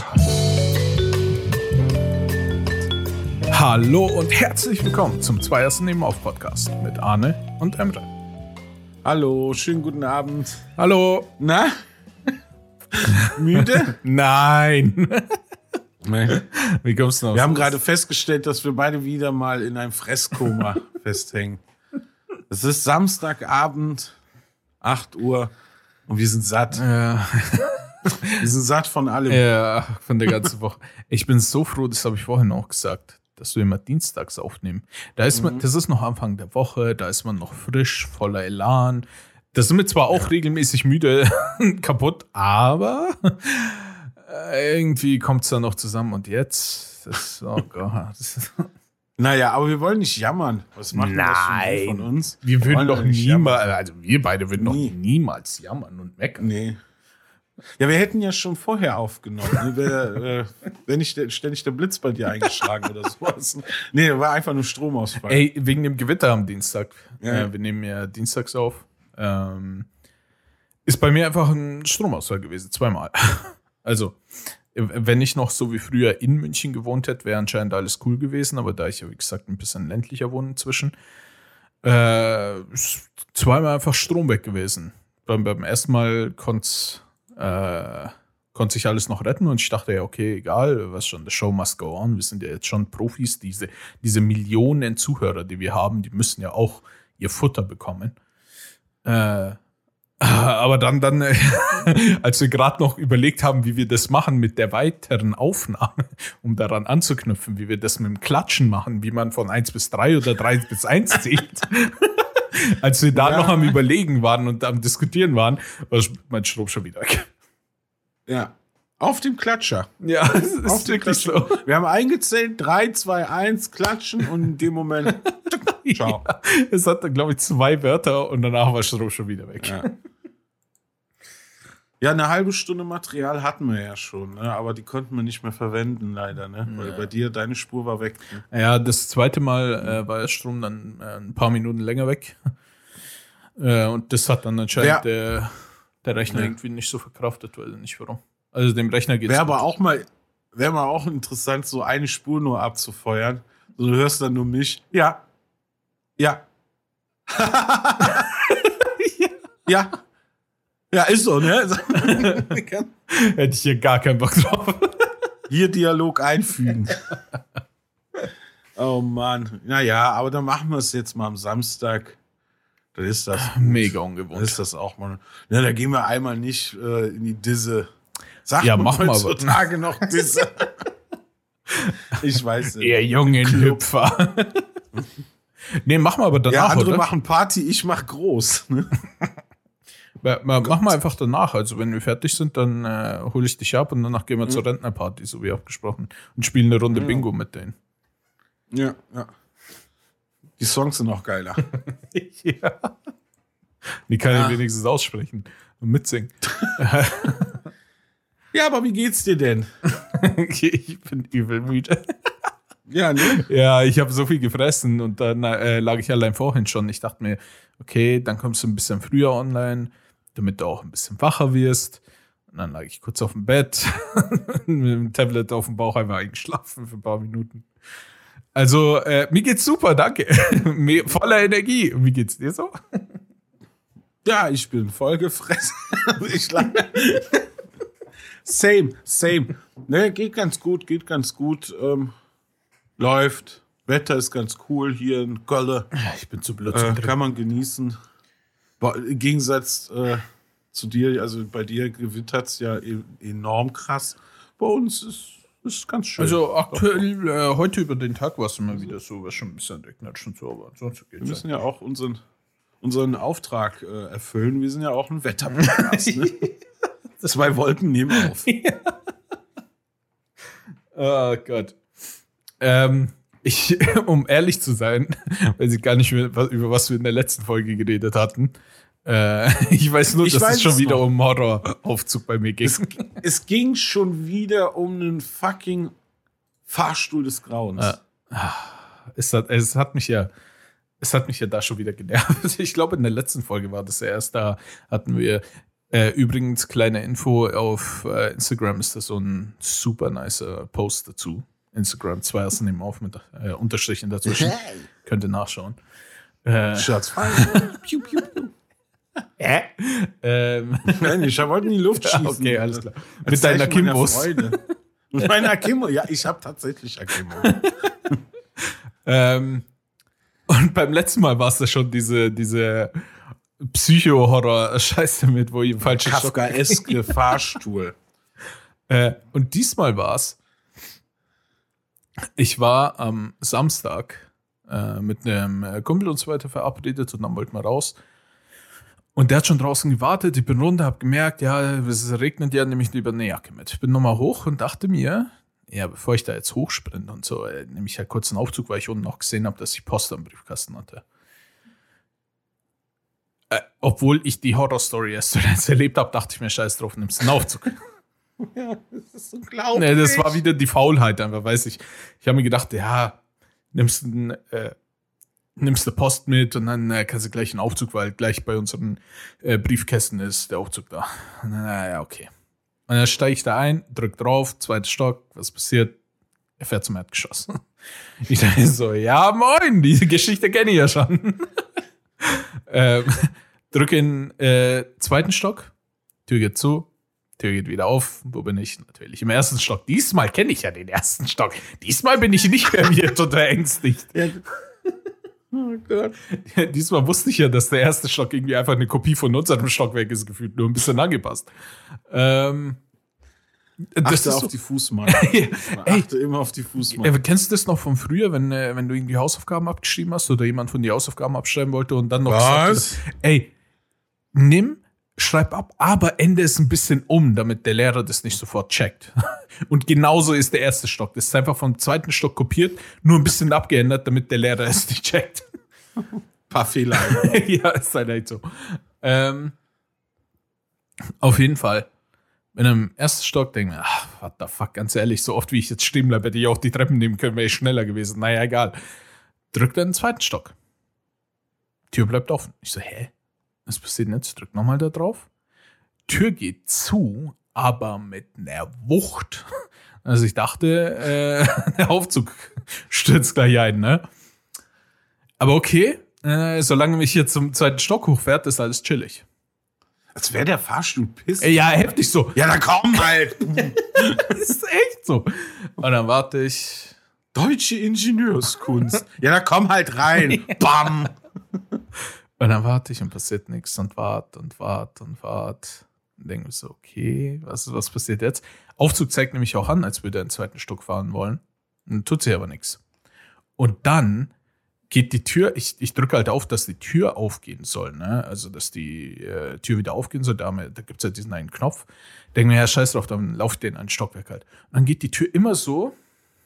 Podcast. Hallo und herzlich willkommen zum Zweiersten Nebenauf Podcast mit Arne und Emre. Hallo, schönen guten Abend. Hallo. Na? Müde? Nein. Nee. Wie kommst du noch? Wir haben gerade festgestellt, dass wir beide wieder mal in einem Fresskoma festhängen. Es ist Samstagabend, 8 Uhr und wir sind satt. Ja. Wir sind satt von allem. Ja, von der ganzen Woche. Ich bin so froh, das habe ich vorhin auch gesagt, dass wir immer dienstags aufnehmen. Da ist man, das ist noch Anfang der Woche, da ist man noch frisch, voller Elan. Da sind wir zwar auch regelmäßig müde, kaputt, aber irgendwie kommt es dann noch zusammen. Und jetzt, oh Gott. Naja, aber wir wollen nicht jammern. Was machen das von uns? Wir würden doch niemals, jammern. also wir beide würden doch niemals jammern und meckern. Nee. Ja, wir hätten ja schon vorher aufgenommen. Wenn nicht ständig der Blitz bei dir eingeschlagen oder sowas. Nee, war einfach nur Stromausfall. Ey, wegen dem Gewitter am Dienstag. Ja. Wir nehmen ja dienstags auf. Ist bei mir einfach ein Stromausfall gewesen, zweimal. Also, wenn ich noch so wie früher in München gewohnt hätte, wäre anscheinend alles cool gewesen. Aber da ich ja, wie gesagt, ein bisschen ländlicher wohne inzwischen, ist zweimal einfach Strom weg gewesen. Beim ersten Mal konnte sich alles noch retten und ich dachte ja, okay, egal, was schon, the show must go on. Wir sind ja jetzt schon Profis, diese Millionen Zuhörer, die wir haben, die müssen ja auch ihr Futter bekommen. Aber dann als wir gerade noch überlegt haben, wie wir das machen mit der weiteren Aufnahme, um daran anzuknüpfen, wie wir das mit dem Klatschen machen, wie man von 1 bis 3 oder 3 bis 1 zählt. Als wir da noch am Überlegen waren und am Diskutieren waren, war mein Strom schon wieder weg. Ja. Auf dem Klatscher. Ja, es ist wirklich so. Wir haben eingezählt, 3, 2, 1, klatschen und in dem Moment, ciao. Ja, es hatte, glaube ich, 2 Wörter und danach war Strom schon wieder weg. Ja, eine halbe Stunde Material hatten wir ja schon, ne? Aber die konnten wir nicht mehr verwenden, leider. Ne? Weil bei dir, deine Spur war weg. Ne? Ja, das zweite Mal war der Strom dann ein paar Minuten länger weg. Und das hat dann anscheinend der Rechner irgendwie nicht so verkraftet, weiß ich nicht warum. Also dem Rechner geht's wäre mal auch interessant, so eine Spur nur abzufeuern. So, du hörst dann nur mich. Ja. Ja. Ja. Ja, ist so, ne? Hätte ich hier gar keinen Bock drauf. Hier Dialog einfügen. Oh Mann. Naja, aber dann machen wir es jetzt mal am Samstag. Dann ist das mega ungewohnt. Dann ist das auch mal. Ja, da gehen wir einmal nicht in die Disse. Sagt ja, man mach mal heutzutage noch Disse. Ich weiß nicht. Ihr jungen Hüpfer. Nee, mach mal aber danach, ja, andere oder? machen Party, ich mach groß. Ne? Mach mal einfach danach. Also wenn wir fertig sind, dann hole ich dich ab und danach gehen wir zur Rentnerparty, so wie abgesprochen. Und spielen eine Runde Bingo mit denen. Ja, ja. Die Songs sind auch geiler. Ja. Die kann ich wenigstens aussprechen und mitsingen. Ja, aber wie geht's dir denn? Ich bin übel müde. Ja, ne? Ja, ich habe so viel gefressen und dann lag ich allein vorhin schon. Ich dachte mir, okay, dann kommst du ein bisschen früher online, damit du auch ein bisschen wacher wirst. Und dann lag ich kurz auf dem Bett, mit dem Tablet auf dem Bauch einfach eingeschlafen für ein paar Minuten. Also, mir geht's super, danke. Voller Energie. Wie geht's dir so? Ja, ich bin voll gefressen. Same. Ne, geht ganz gut. Läuft. Wetter ist ganz cool hier in Köln. Ich bin zu blöd. Kann man genießen. Im Gegensatz zu dir, also bei dir gewittert es ja enorm krass. Bei uns ist ganz schön. Also aktuell, heute über den Tag war es immer wieder so, was schon ein bisschen regnet und so, aber ansonsten geht's. Wir müssen ja auch unseren Auftrag erfüllen. Wir sind ja auch ein Wetterpodcast. Ne? 2 Wolken nehmen auf. Ja. Oh Gott. Um ehrlich zu sein, weiß ich gar nicht mehr, über was wir in der letzten Folge geredet hatten. Ich weiß nur, dass es schon wieder um Horroraufzug bei mir ging. Es ging schon wieder um einen fucking Fahrstuhl des Grauens. Es hat mich ja da schon wieder genervt. Ich glaube, in der letzten Folge war das ja erst, da hatten wir Übrigens, kleine Info, auf Instagram ist das so ein super nicer Post dazu. Instagram 2 erst nehmen auf mit Unterstrichen dazwischen. Könnt ihr nachschauen. Schatz, fein. Piu, piu, piu. Nein, ich wollte in die Luft schießen. Okay, alles klar. Mit deiner Kimbos. Mit meiner Akimbo. Ja, ich habe tatsächlich Akimbo. Und beim letzten Mal war es da schon diese Psycho-Horror-Scheiße mit, wo ich falsche Kafkaeske Fahrstuhl. Und diesmal war es, ich war am Samstag mit einem Kumpel und so weiter verabredet und dann wollten wir raus. Und der hat schon draußen gewartet, ich bin runter, hab gemerkt, ja, es regnet ja, nehme ich lieber eine Jacke mit. Bin nochmal hoch und dachte mir, ja, bevor ich da jetzt hochsprinte und so, nehme ich halt kurz einen Aufzug, weil ich unten noch gesehen habe, dass ich Post am Briefkasten hatte. Obwohl ich die Horrorstory erst zuletzt erlebt habe, dachte ich mir, scheiß drauf, nimmst einen Aufzug. Ja, das ist unglaublich. Nee, das war wieder die Faulheit einfach, weiß ich. Ich habe mir gedacht, ja, nimmst du Post mit und dann kannst du gleich einen Aufzug, weil gleich bei unseren Briefkästen ist der Aufzug da. Naja, okay. Und dann steige ich da ein, drück drauf, 2. Stock, was passiert? Er fährt zum Erdgeschoss. Ich dachte so, ja moin, diese Geschichte kenne ich ja schon. Drück in 2. Stock, Tür geht zu, Tür geht wieder auf. Wo bin ich? Natürlich im 1. Stock. Diesmal kenne ich ja den 1. Stock. Diesmal bin ich nicht mehr wieder total ängstlich. Ja. Oh Gott. Diesmal wusste ich ja, dass der 1. Stock irgendwie einfach eine Kopie von unserem Stockwerk ist, gefühlt nur ein bisschen angepasst. Achte auf die Fußmatte. Achte immer auf die Fußmatte. Kennst du das noch von früher, wenn du irgendwie Hausaufgaben abgeschrieben hast oder jemand von dir Hausaufgaben abschreiben wollte und dann noch was? Sagte, schreib ab, aber ende es ein bisschen um, damit der Lehrer das nicht sofort checkt. Und genauso ist der 1. Stock. Das ist einfach vom 2. Stock kopiert, nur ein bisschen abgeändert, damit der Lehrer es nicht checkt. Paar Fehler. Ja, ist halt echt so. Auf jeden Fall. In einem 1. Stock denke ich mir, what the fuck, ganz ehrlich, so oft wie ich jetzt stehen bleibe, hätte ich auch die Treppen nehmen können, wäre ich schneller gewesen. Naja, egal. Drückt dann den 2. Stock. Tür bleibt offen. Ich so, hä? Was passiert denn jetzt? Drück nochmal da drauf. Tür geht zu, aber mit einer Wucht. Also ich dachte, der Aufzug stürzt gleich ein, ne? Aber okay, solange mich hier zum 2. Stock hochfährt, ist alles chillig. Als wäre der Fahrstuhl piss. Ja, heftig so. Ja, dann komm halt. Das ist echt so. Und dann warte ich. Deutsche Ingenieurskunst. Ja, dann komm halt rein. Bam. Und dann warte ich und passiert nichts und warte. Und denke mir so, okay, was passiert jetzt? Aufzug zeigt nämlich auch an, als würde er in den 2. Stock fahren wollen. Und dann tut sie aber nichts. Und dann geht die Tür, ich drücke halt auf, dass die Tür aufgehen soll, ne? Also, dass die Tür wieder aufgehen soll. Da gibt es halt diesen einen Knopf. Denke mir, ja, scheiß drauf, dann laufe ich den ein Stockwerk halt. Und dann geht die Tür immer so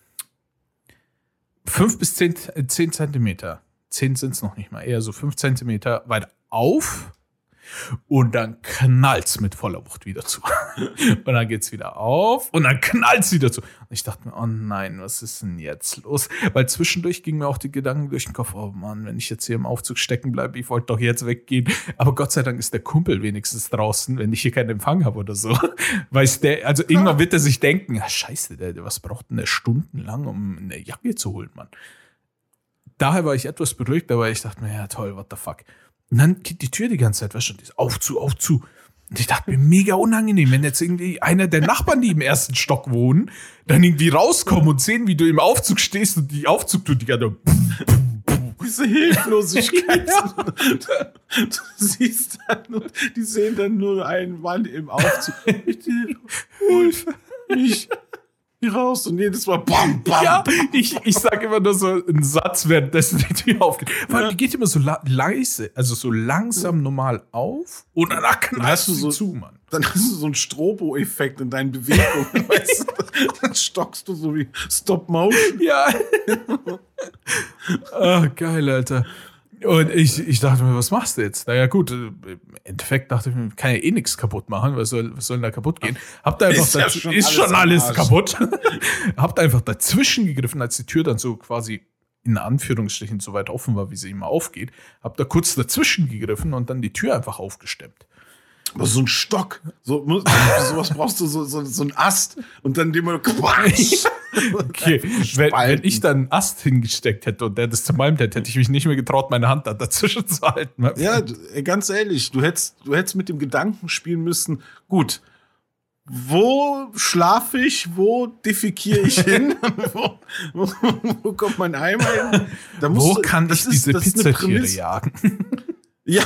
5 bis 10 Zentimeter. 10 sind es noch nicht mal, eher so 5 Zentimeter weit auf und dann knallt's mit voller Wucht wieder zu. Und dann geht's wieder auf und dann knallt's wieder zu. Und ich dachte mir, oh nein, was ist denn jetzt los? Weil zwischendurch gingen mir auch die Gedanken durch den Kopf, oh Mann, wenn ich jetzt hier im Aufzug stecken bleibe, ich wollte doch jetzt weggehen. Aber Gott sei Dank ist der Kumpel wenigstens draußen, wenn ich hier keinen Empfang habe oder so. Also irgendwann wird er sich denken, ja, scheiße, was braucht denn der stundenlang, um eine Jacke zu holen, Mann? Daher war ich etwas beruhigt, aber ich dachte mir, ja toll, what the fuck. Und dann geht die Tür die ganze Zeit, weißt du, auf zu. Und ich dachte mir, mega unangenehm, wenn jetzt irgendwie einer der Nachbarn, die im 1. Stock wohnen, dann irgendwie rauskommen und sehen, wie du im Aufzug stehst und die Aufzugtür die ganze diese Hilflosigkeit. Ja. Du siehst dann nur, die sehen dann nur einen Mann im Aufzug. Hilfe. Ich raus und jedes Mal bam, bam. Ja, ich sag immer nur so einen Satz, währenddessen die Tür aufgeht. Weil die geht immer so leise, also so langsam normal auf und dann knallst du so zu, Mann. Dann hast du so einen Strobo-Effekt in deinen Bewegungen, weißt du? Dann stockst du so wie Stop-Motion. Ja. Geil, Alter. Und ich dachte mir, was machst du jetzt? Naja, gut, im Endeffekt dachte ich mir, kann ja eh nichts kaputt machen, was soll denn da kaputt gehen? Habt ihr einfach ist schon alles kaputt. Habt einfach dazwischen gegriffen, als die Tür dann so quasi in Anführungsstrichen so weit offen war, wie sie immer aufgeht. Habt da kurz dazwischen gegriffen und dann die Tür einfach aufgestemmt. Aber so ein Stock, sowas brauchst du, so ein Ast und dann den mal quatsch. Okay, wenn ich dann einen Ast hingesteckt hätte und der das zermalmt hätte, hätte ich mich nicht mehr getraut, meine Hand da dazwischen zu halten. Ja, ganz ehrlich, du hättest mit dem Gedanken spielen müssen, gut, wo schlafe ich, wo defekiere ich hin, wo kommt mein Eimer hin? Wo kann ich diese Pizzatiere jagen? Ja,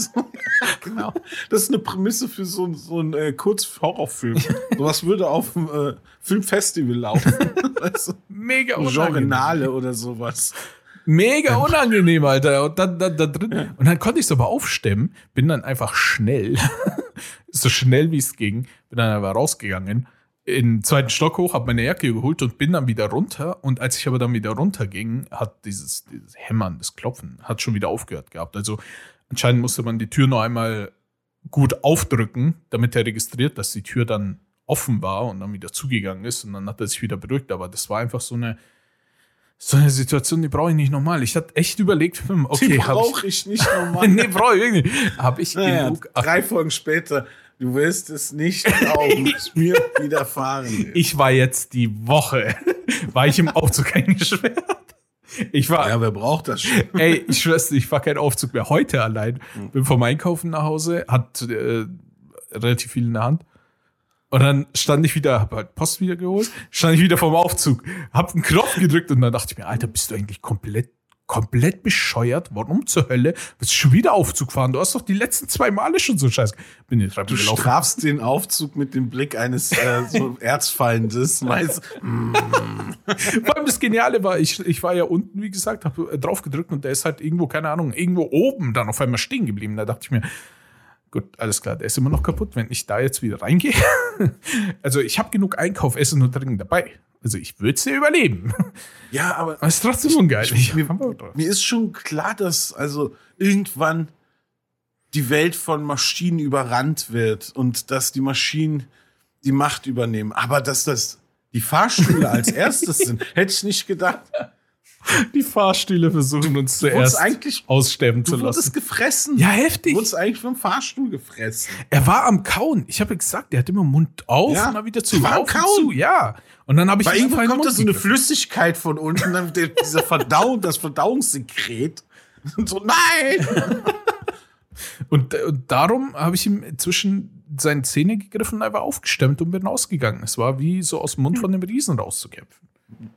genau. Das ist eine Prämisse für so einen Kurz-Horrorfilm. Sowas würde auf dem Filmfestival laufen. Weißt du? Mega unangenehm. Genrenale oder sowas. Mega unangenehm, Alter. Und dann da drin. Ja. Und dann konnte ich es aber aufstemmen, bin dann einfach schnell, so schnell wie es ging, bin dann aber rausgegangen, in den 2. Stock hoch, habe meine Jacke geholt und bin dann wieder runter. Und als ich aber dann wieder runterging, hat dieses Hämmern, das Klopfen, hat schon wieder aufgehört gehabt. Also anscheinend musste man die Tür noch einmal gut aufdrücken, damit er registriert, dass die Tür dann offen war und dann wieder zugegangen ist. Und dann hat er sich wieder beruhigt. Aber das war einfach so eine Situation, die brauche ich nicht nochmal. Ich hatte echt überlegt, okay, die brauche ich nicht nochmal. Nee, brauche ich wirklich nicht. Habe ich genug. 3 Folgen später, du wirst es nicht glauben, was mir widerfahren ist. Ich war jetzt die Woche, war ich im Aufzug eingesperrt. Ja, wer braucht das schon? Ey, ich schwör's dir, ich fahr keinen Aufzug mehr. Heute allein. Bin vom Einkaufen nach Hause, hat relativ viel in der Hand. Und dann stand ich wieder, hab halt Post wieder geholt, stand ich wieder vorm Aufzug, hab einen Knopf gedrückt und dann dachte ich mir, Alter, bist du eigentlich komplett bescheuert? Warum zur Hölle willst du schon wieder Aufzug fahren? Du hast doch die letzten 2 Male schon so scheiße. Bin die Treppe gelaufen. Du strafst den Aufzug mit dem Blick eines so Erzfeindes. Vor allem das Geniale war, ich war ja unten, wie gesagt, hab drauf gedrückt und der ist halt irgendwo, keine Ahnung, irgendwo oben dann auf einmal stehen geblieben. Da dachte ich mir, gut, alles klar, der ist immer noch kaputt, wenn ich da jetzt wieder reingehe. Also ich habe genug Einkaufessen und Trinken dabei. Also ich würde es ja überleben. Ja, aber es ist trotzdem ungeil. Mir ist schon klar, dass also irgendwann die Welt von Maschinen überrannt wird und dass die Maschinen die Macht übernehmen. Aber dass das die Fahrstühle als erstes sind, hätte ich nicht gedacht. Die Fahrstühle versuchen uns zuerst aussterben zu lassen. Du wurdest gefressen. Ja, heftig. Du wurdest eigentlich vom Fahrstuhl gefressen. Er war am Kauen. Ich habe gesagt, der hat immer Mund auf und dann wieder zu. War am Kauen? Ja. Und dann habe ich irgendwann kommt da so eine Flüssigkeit von unten, dann dieser das Verdauungssekret. Und so, nein! Und darum habe ich ihm zwischen seinen Zähne gegriffen und einfach aufgestemmt und bin rausgegangen. Es war wie so aus dem Mund von einem Riesen rauszukämpfen.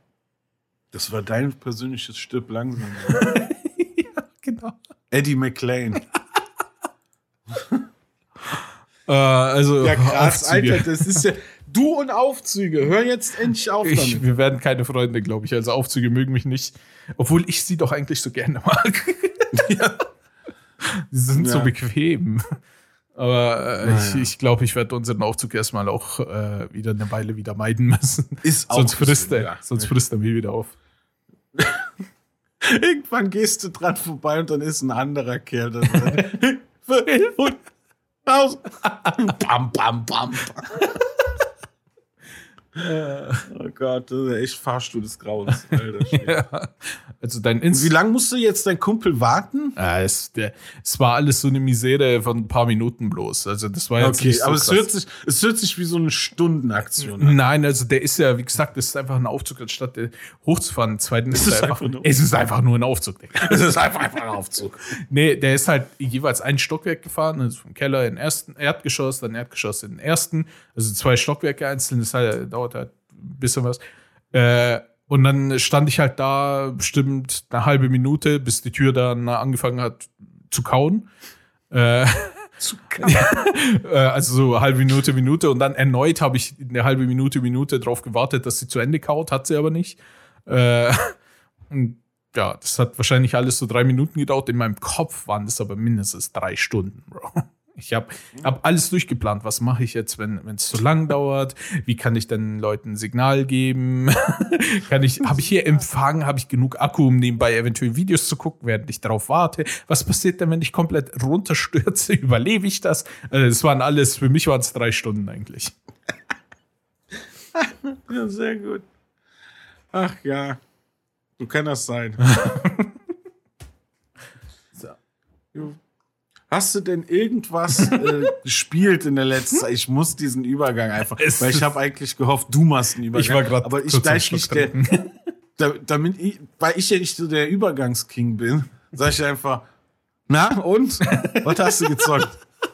Das war dein persönliches Stirb langsam. Ja, genau. Eddie McLean. Also ja, krass, Alter, das ist ja. Du und Aufzüge, hör jetzt endlich auf damit. Wir werden keine Freunde, glaube ich. Also Aufzüge mögen mich nicht. Obwohl ich sie doch eigentlich so gerne mag. Ja. Sie sind so bequem. Aber ich glaube, ich werde unseren Aufzug erstmal auch wieder eine Weile wieder meiden müssen. Ist sonst frisst er mich wieder auf. Irgendwann gehst du dran vorbei und dann ist ein anderer Kerl. Dann und raus. Bam, bam, bam. Oh Gott, das ist echt Fahrstuhl des Grauens. Alter, ja. Also wie lange musst du jetzt dein Kumpel warten? Ja, es war alles so eine Misere von ein paar Minuten bloß. Also das war jetzt nicht so aber krass. Es hört sich wie so eine Stundenaktion an. Nein, also der ist ja, wie gesagt, das ist einfach ein Aufzug, anstatt hochzufahren. Zweitens es ist einfach nur ein Aufzug. Es ist einfach ein Aufzug. Nee, der ist halt jeweils ein Stockwerk gefahren, also vom Keller in den ersten Erdgeschoss, dann Erdgeschoss in den ersten, also 2 Stockwerke einzeln, das dauert halt ein bisschen was. Und dann stand ich halt da bestimmt eine halbe Minute, bis die Tür dann angefangen hat zu kauen. Also so halbe Minute und dann erneut habe ich eine halbe Minute drauf gewartet, dass sie zu Ende kaut, hat sie aber nicht. Und ja, das hat wahrscheinlich alles so 3 Minuten gedauert. In meinem Kopf waren das aber mindestens 3 Stunden, Bro. Ich hab alles durchgeplant. Was mache ich jetzt, wenn es so lang dauert? Wie kann ich denn Leuten ein Signal geben? Habe ich hier Empfang? Habe ich genug Akku, um nebenbei eventuell Videos zu gucken, während ich darauf warte? Was passiert denn, wenn ich komplett runterstürze? Überlebe ich das? Für mich waren es 3 Stunden eigentlich. Ja, sehr gut. Ach ja, so kann das sein. So. Hast du denn irgendwas gespielt in der letzten Zeit? Ich muss diesen Übergang einfach, weil ich habe eigentlich gehofft, du machst einen Übergang. Ich war gerade aber ich gleich nicht weil ich ja nicht so der Übergangsking bin, sag ich einfach, na und? Was hast du gezockt?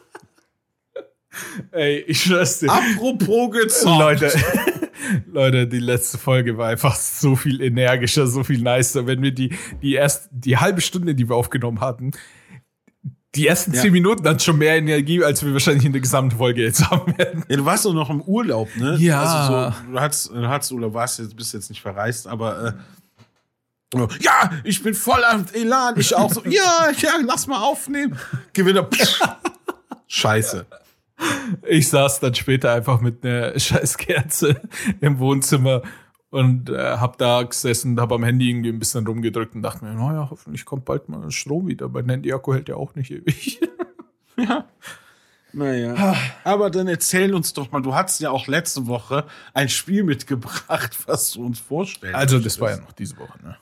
Ey, ich schwör's dir. Apropos gezockt. Leute, die letzte Folge war einfach so viel energischer, so viel nicer. Wenn wir die halbe Stunde, die wir aufgenommen hatten, die ersten 10 Minuten hat schon mehr Energie, als wir wahrscheinlich in der gesamten Folge jetzt haben werden. Ja, du warst doch noch im Urlaub, ne? Ja. Also du hattest Urlaub, bist jetzt nicht verreist, aber ja, ich bin voller Elan. Ich auch so, ja, lass mal aufnehmen. Gewinner. Scheiße. Ich saß dann später einfach mit einer Scheißkerze im Wohnzimmer und hab da gesessen, hab am Handy irgendwie ein bisschen rumgedrückt und dachte mir, naja, hoffentlich kommt bald mal Strom wieder. Mein Handy-Akku hält ja auch nicht ewig. Ja. Naja. Aber dann erzähl uns doch mal, du hattest ja auch letzte Woche ein Spiel mitgebracht, was du uns vorstellst. Also, das war ja noch diese Woche, ne?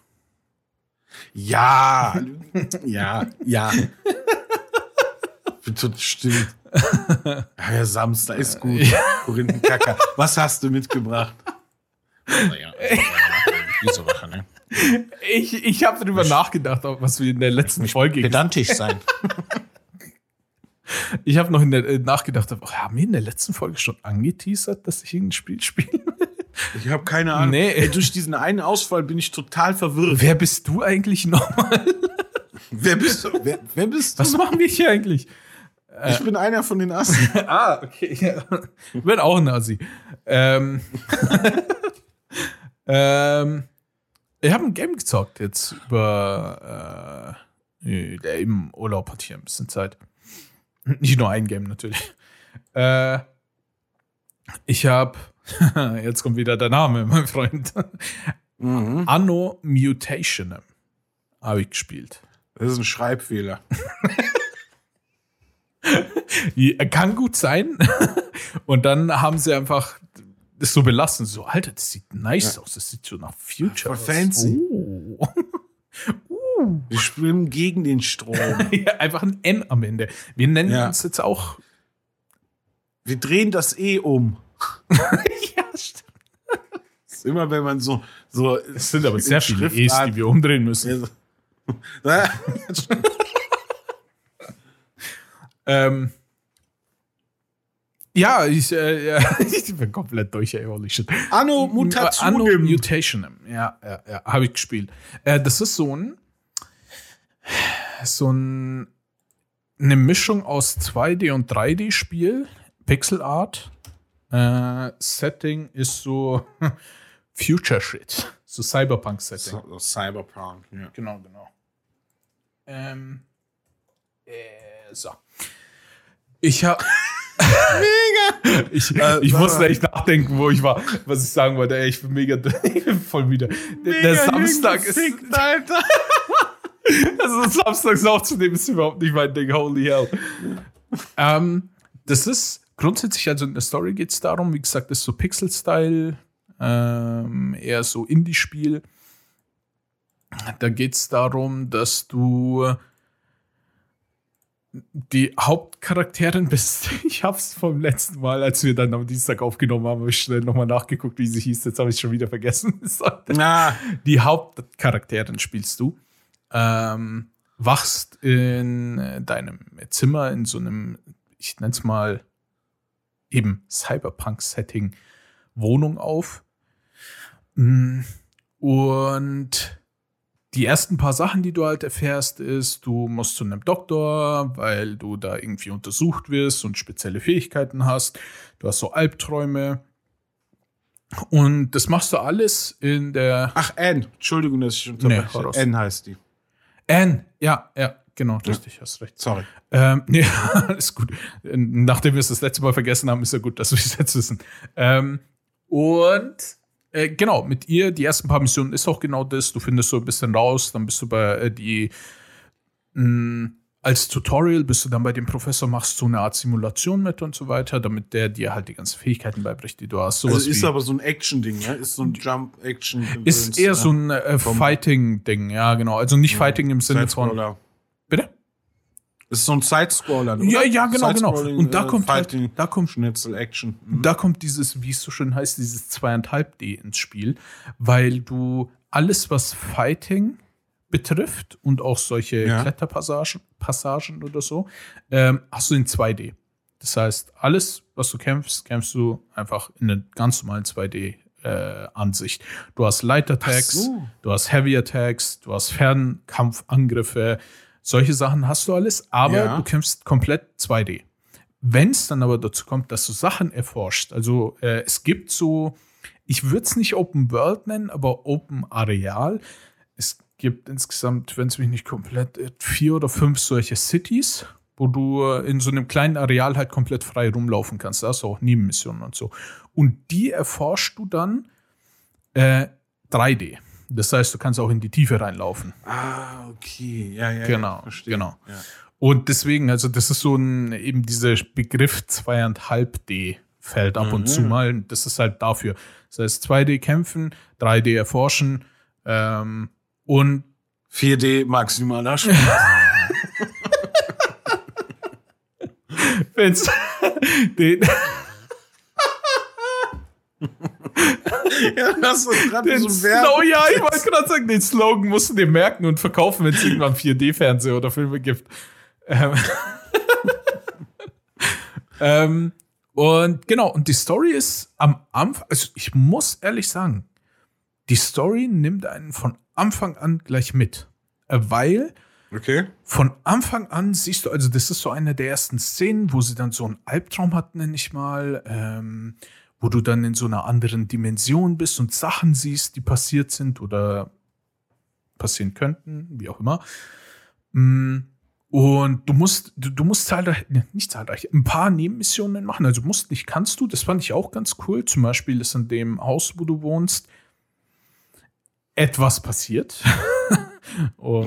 Ja. Bitte stimmt. Ja, Samstag ist gut. Korinthenkacker. Was hast du mitgebracht? Naja, diese Woche, ne? Ich habe drüber nachgedacht, was wir in der letzten Folge pedantisch sein. Ich habe noch nachgedacht, haben wir in der letzten Folge schon angeteasert, dass ich irgendein Spiel spiele? Ich habe keine Ahnung. Nee. Ey, durch diesen einen Ausfall bin ich total verwirrt. Wer bist du eigentlich nochmal? Wer bist du? Wer bist du? Was machen wir hier eigentlich? Ich bin einer von den Assi. Okay. Ja. Ich bin auch ein Assi. Ich habe ein Game gezockt jetzt über im Urlaub hatte ich ein bisschen Zeit. Nicht nur ein Game natürlich. Ich habe jetzt kommt wieder der Name, mein Freund. Anno Mutation habe ich gespielt. Das ist ein Schreibfehler. Kann gut sein. Und dann haben sie einfach das so belassen. So, Alter, das sieht nice aus. Das sieht so nach Future aus. Voll fancy. Oh. Wir schwimmen gegen den Strom. Ja, einfach ein N am Ende. Wir nennen uns jetzt auch. Wir drehen das E um. Ja, stimmt. Das ist immer, wenn man so. Es sind aber sehr viele E's, die wir umdrehen müssen. Ich bin komplett durch, ey, holy shit. Anno Mutation. Ja, habe ich gespielt. Das ist eine Mischung aus 2D und 3D-Spiel, Pixel Art. Setting ist so Future Shit, so Cyberpunk-Setting. So Cyberpunk, ja. Genau. So. Ich habe mega. Ich musste echt nachdenken, wo ich war, was ich sagen wollte. Ey, ich bin mega voll wieder. Der Samstag ist. Alter. Also samstags aufzunehmen ist überhaupt nicht mein Ding. Holy hell. Das ist grundsätzlich, also in der Story geht es darum, wie gesagt, das ist so Pixel-Style, eher so Indie-Spiel. Da geht es darum, dass du die Hauptcharakterin bist. Ich hab's vom letzten Mal, als wir dann am Dienstag aufgenommen haben, habe ich schnell nochmal nachgeguckt, wie sie hieß. Jetzt habe ich schon wieder vergessen. Die Hauptcharakterin spielst du. Wachst in deinem Zimmer in so einem, ich nenne es mal eben Cyberpunk-Setting Wohnung auf. Und die ersten paar Sachen, die du halt erfährst, ist, du musst zu einem Doktor, weil du da irgendwie untersucht wirst und spezielle Fähigkeiten hast. Du hast so Albträume. Und das machst du alles in der... Ach, Anne. Entschuldigung, dass ich unterbreche. Nee, Anne heißt die. Anne, ja, genau, richtig, hast recht. Sorry. Nee, alles gut. Nachdem wir es das letzte Mal vergessen haben, ist ja gut, dass wir es jetzt wissen. Genau, mit ihr, die ersten paar Missionen ist auch genau das. Du findest so ein bisschen raus, dann bist du bei als Tutorial bist du dann bei dem Professor, machst so eine Art Simulation mit und so weiter, damit der dir halt die ganzen Fähigkeiten beibringt, die du hast. Sowas also ist aber so ein Action-Ding, ja? Ist so ein Jump-Action. Ist eher so ein Fighting-Ding, ja, genau. Also nicht Fighting im Sinne von. Bitte? Das ist so ein Side-Scroller, oder? Ja, genau. Und da kommt Schnitzel-Action. Da kommt dieses, wie es so schön heißt, dieses 2,5D ins Spiel, weil du alles, was Fighting betrifft und auch solche Kletterpassagen oder so, hast du in 2D. Das heißt, alles, was du kämpfst du einfach in einer ganz normalen 2D-Ansicht. Du hast Light-Attacks, du hast Heavy-Attacks, du hast Fernkampfangriffe, solche Sachen hast du alles, aber du kämpfst komplett 2D. Wenn es dann aber dazu kommt, dass du Sachen erforscht, also es gibt so, ich würde es nicht Open World nennen, aber Open Areal. Es gibt insgesamt, wenn es mich nicht komplett, 4 oder 5 solche Cities, wo du in so einem kleinen Areal halt komplett frei rumlaufen kannst. Da hast du auch Nebenmissionen und so. Und die erforschst du dann 3D. Das heißt, du kannst auch in die Tiefe reinlaufen. Ah, okay. Ja, genau. Ja. Und deswegen, also das ist so eben dieser Begriff 2,5D fällt ab und zu mal. Das ist halt dafür. Das heißt, 2D kämpfen, 3D erforschen und 4D maximaler Spaß. Wenn's den Ja, das ist gerade so ja, ich wollte gerade sagen, den Slogan musst du dir merken und verkaufen, wenn es irgendwann 4D-Fernseher oder Filme gibt. Und genau, und die Story ist am Anfang, also ich muss ehrlich sagen, die Story nimmt einen von Anfang an gleich mit. Weil von Anfang an siehst du, also das ist so eine der ersten Szenen, wo sie dann so einen Albtraum hat, nenne ich mal, wo du dann in so einer anderen Dimension bist und Sachen siehst, die passiert sind oder passieren könnten, wie auch immer. Und du musst zahlreich, ein paar Nebenmissionen machen. Also kannst du, das fand ich auch ganz cool. Zum Beispiel ist in dem Haus, wo du wohnst, etwas passiert. Und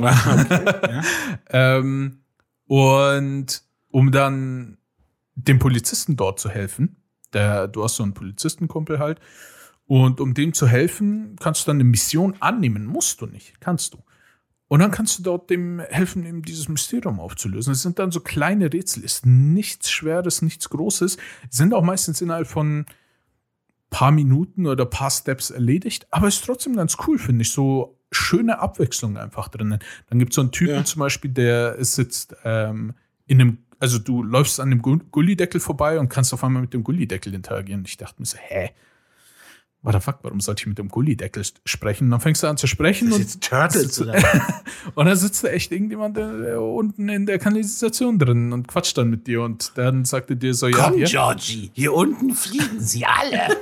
um dann dem Polizisten dort zu helfen, du hast so einen Polizistenkumpel halt, und um dem zu helfen, kannst du dann eine Mission annehmen. Musst du nicht, kannst du. Und dann kannst du dort dem helfen, eben dieses Mysterium aufzulösen. Es sind dann so kleine Rätsel, ist nichts Schweres, nichts Großes, sind auch meistens innerhalb von paar Minuten oder paar Steps erledigt, aber ist trotzdem ganz cool, finde ich. So schöne Abwechslung einfach drinnen. Dann gibt es so einen Typen zum Beispiel, der sitzt in einem, also du läufst an dem Gullideckel vorbei und kannst auf einmal mit dem Gullideckel interagieren. Und ich dachte mir so, what the fuck, warum sollte ich mit dem Gullideckel sprechen? Und dann fängst du an zu sprechen. Das ist jetzt Turtles oder und dann sitzt da echt irgendjemand unten in der Kanalisation drin und quatscht dann mit dir. Und dann sagt er dir so, Komm, Georgie, hier unten fliegen sie alle.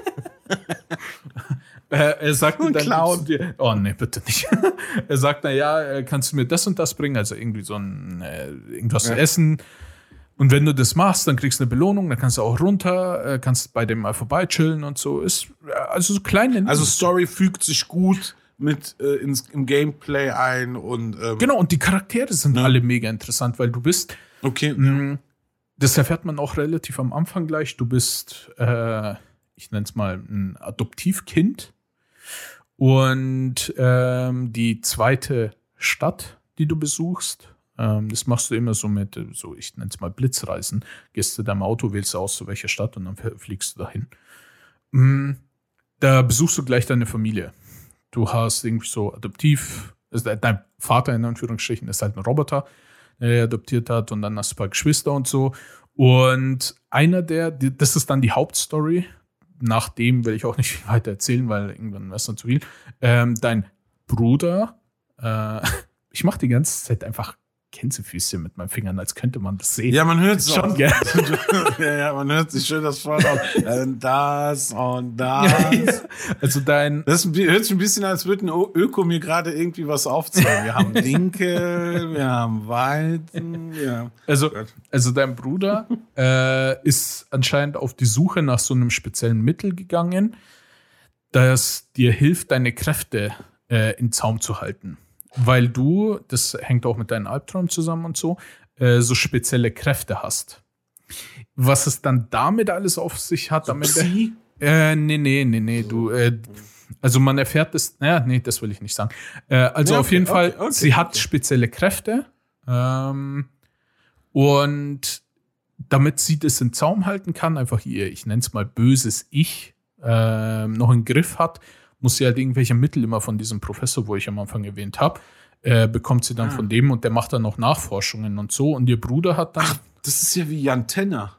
Er sagt dann zu dir, oh nee, bitte nicht. Er sagt, kannst du mir das und das bringen? Also irgendwie so irgendwas zu essen. Und wenn du das machst, dann kriegst du eine Belohnung, dann kannst du auch runter, kannst bei dem mal vorbeichillen und so. Ist also so kleine. Also Story fügt sich gut mit im Gameplay ein und genau, und die Charaktere sind alle mega interessant, weil du bist. Okay. Das erfährt man auch relativ am Anfang gleich. Du bist, ich nenne es mal, ein Adoptivkind. Und die zweite Stadt, die du besuchst, das machst du immer so mit, so ich nenne es mal Blitzreisen. Gehst du deinem Auto, wählst du aus, zu welcher Stadt und dann fliegst du dahin. Da besuchst du gleich deine Familie. Du hast irgendwie so adoptiv, also dein Vater in Anführungsstrichen ist halt ein Roboter, der er adoptiert hat, und dann hast du ein paar Geschwister und so. Und das ist dann die Hauptstory. Nach dem will ich auch nicht weiter erzählen, weil irgendwann wäre es dann zu viel. Dein Bruder, ich mache die ganze Zeit einfach Gänsefüßchen mit meinen Fingern, als könnte man das sehen. Ja, man hört es schon. Ja, man hört sich schön das Wort auf. Das und das. Ja. Also das hört sich ein bisschen, als würde ein Öko mir gerade irgendwie was aufzeigen. Wir haben Dinkel, wir haben Weizen, ja. Also dein Bruder ist anscheinend auf die Suche nach so einem speziellen Mittel gegangen, das dir hilft, deine Kräfte in Zaum zu halten. Weil du, das hängt auch mit deinen Albträumen zusammen und so spezielle Kräfte hast. Was es dann damit alles auf sich hat am Ende. Nee. Also man erfährt das, das will ich nicht sagen. Auf jeden Fall, sie hat spezielle Kräfte. Und damit sie das in Zaum halten kann, einfach ihr, ich nenne es mal böses Ich, noch im Griff hat, muss sie halt irgendwelche Mittel immer von diesem Professor, wo ich am Anfang erwähnt habe, bekommt sie dann von dem und der macht dann noch Nachforschungen und so. Und ihr Bruder hat dann. Ach, das ist ja wie Jan Tenner.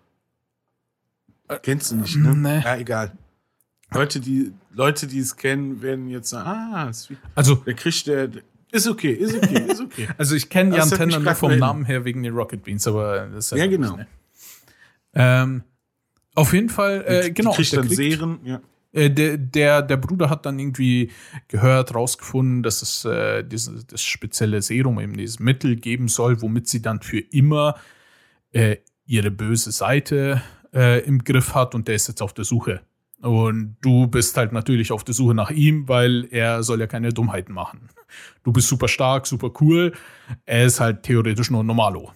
Kennst du nicht, ne? Nee. Ja, egal. Leute, die es kennen, werden jetzt sagen, ist wie, Also, der kriegt der. Ist okay. also ich kenne Jan Das hat Tenner mich nur grad vom mal Namen her wegen den Rocket Beans, aber das ist Ja, genau. Nicht, ne? Auf jeden Fall, genau. Die kriegt dann Serien, ja. Der Bruder hat dann irgendwie rausgefunden, dass es das spezielle Serum, eben dieses Mittel geben soll, womit sie dann für immer ihre böse Seite im Griff hat und der ist jetzt auf der Suche. Und du bist halt natürlich auf der Suche nach ihm, weil er soll ja keine Dummheiten machen. Du bist super stark, super cool. Er ist halt theoretisch nur ein Normalo.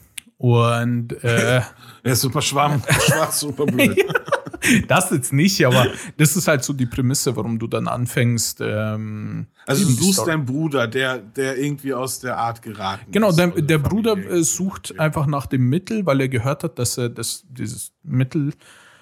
Und er ist super schwarz, super blöd. Das jetzt nicht, aber das ist halt so die Prämisse, warum du dann anfängst. Also du suchst deinen Bruder, der irgendwie aus der Art geraten genau, ist. Genau, der Bruder sucht einfach nach dem Mittel, weil er gehört hat, dass er dieses Mittel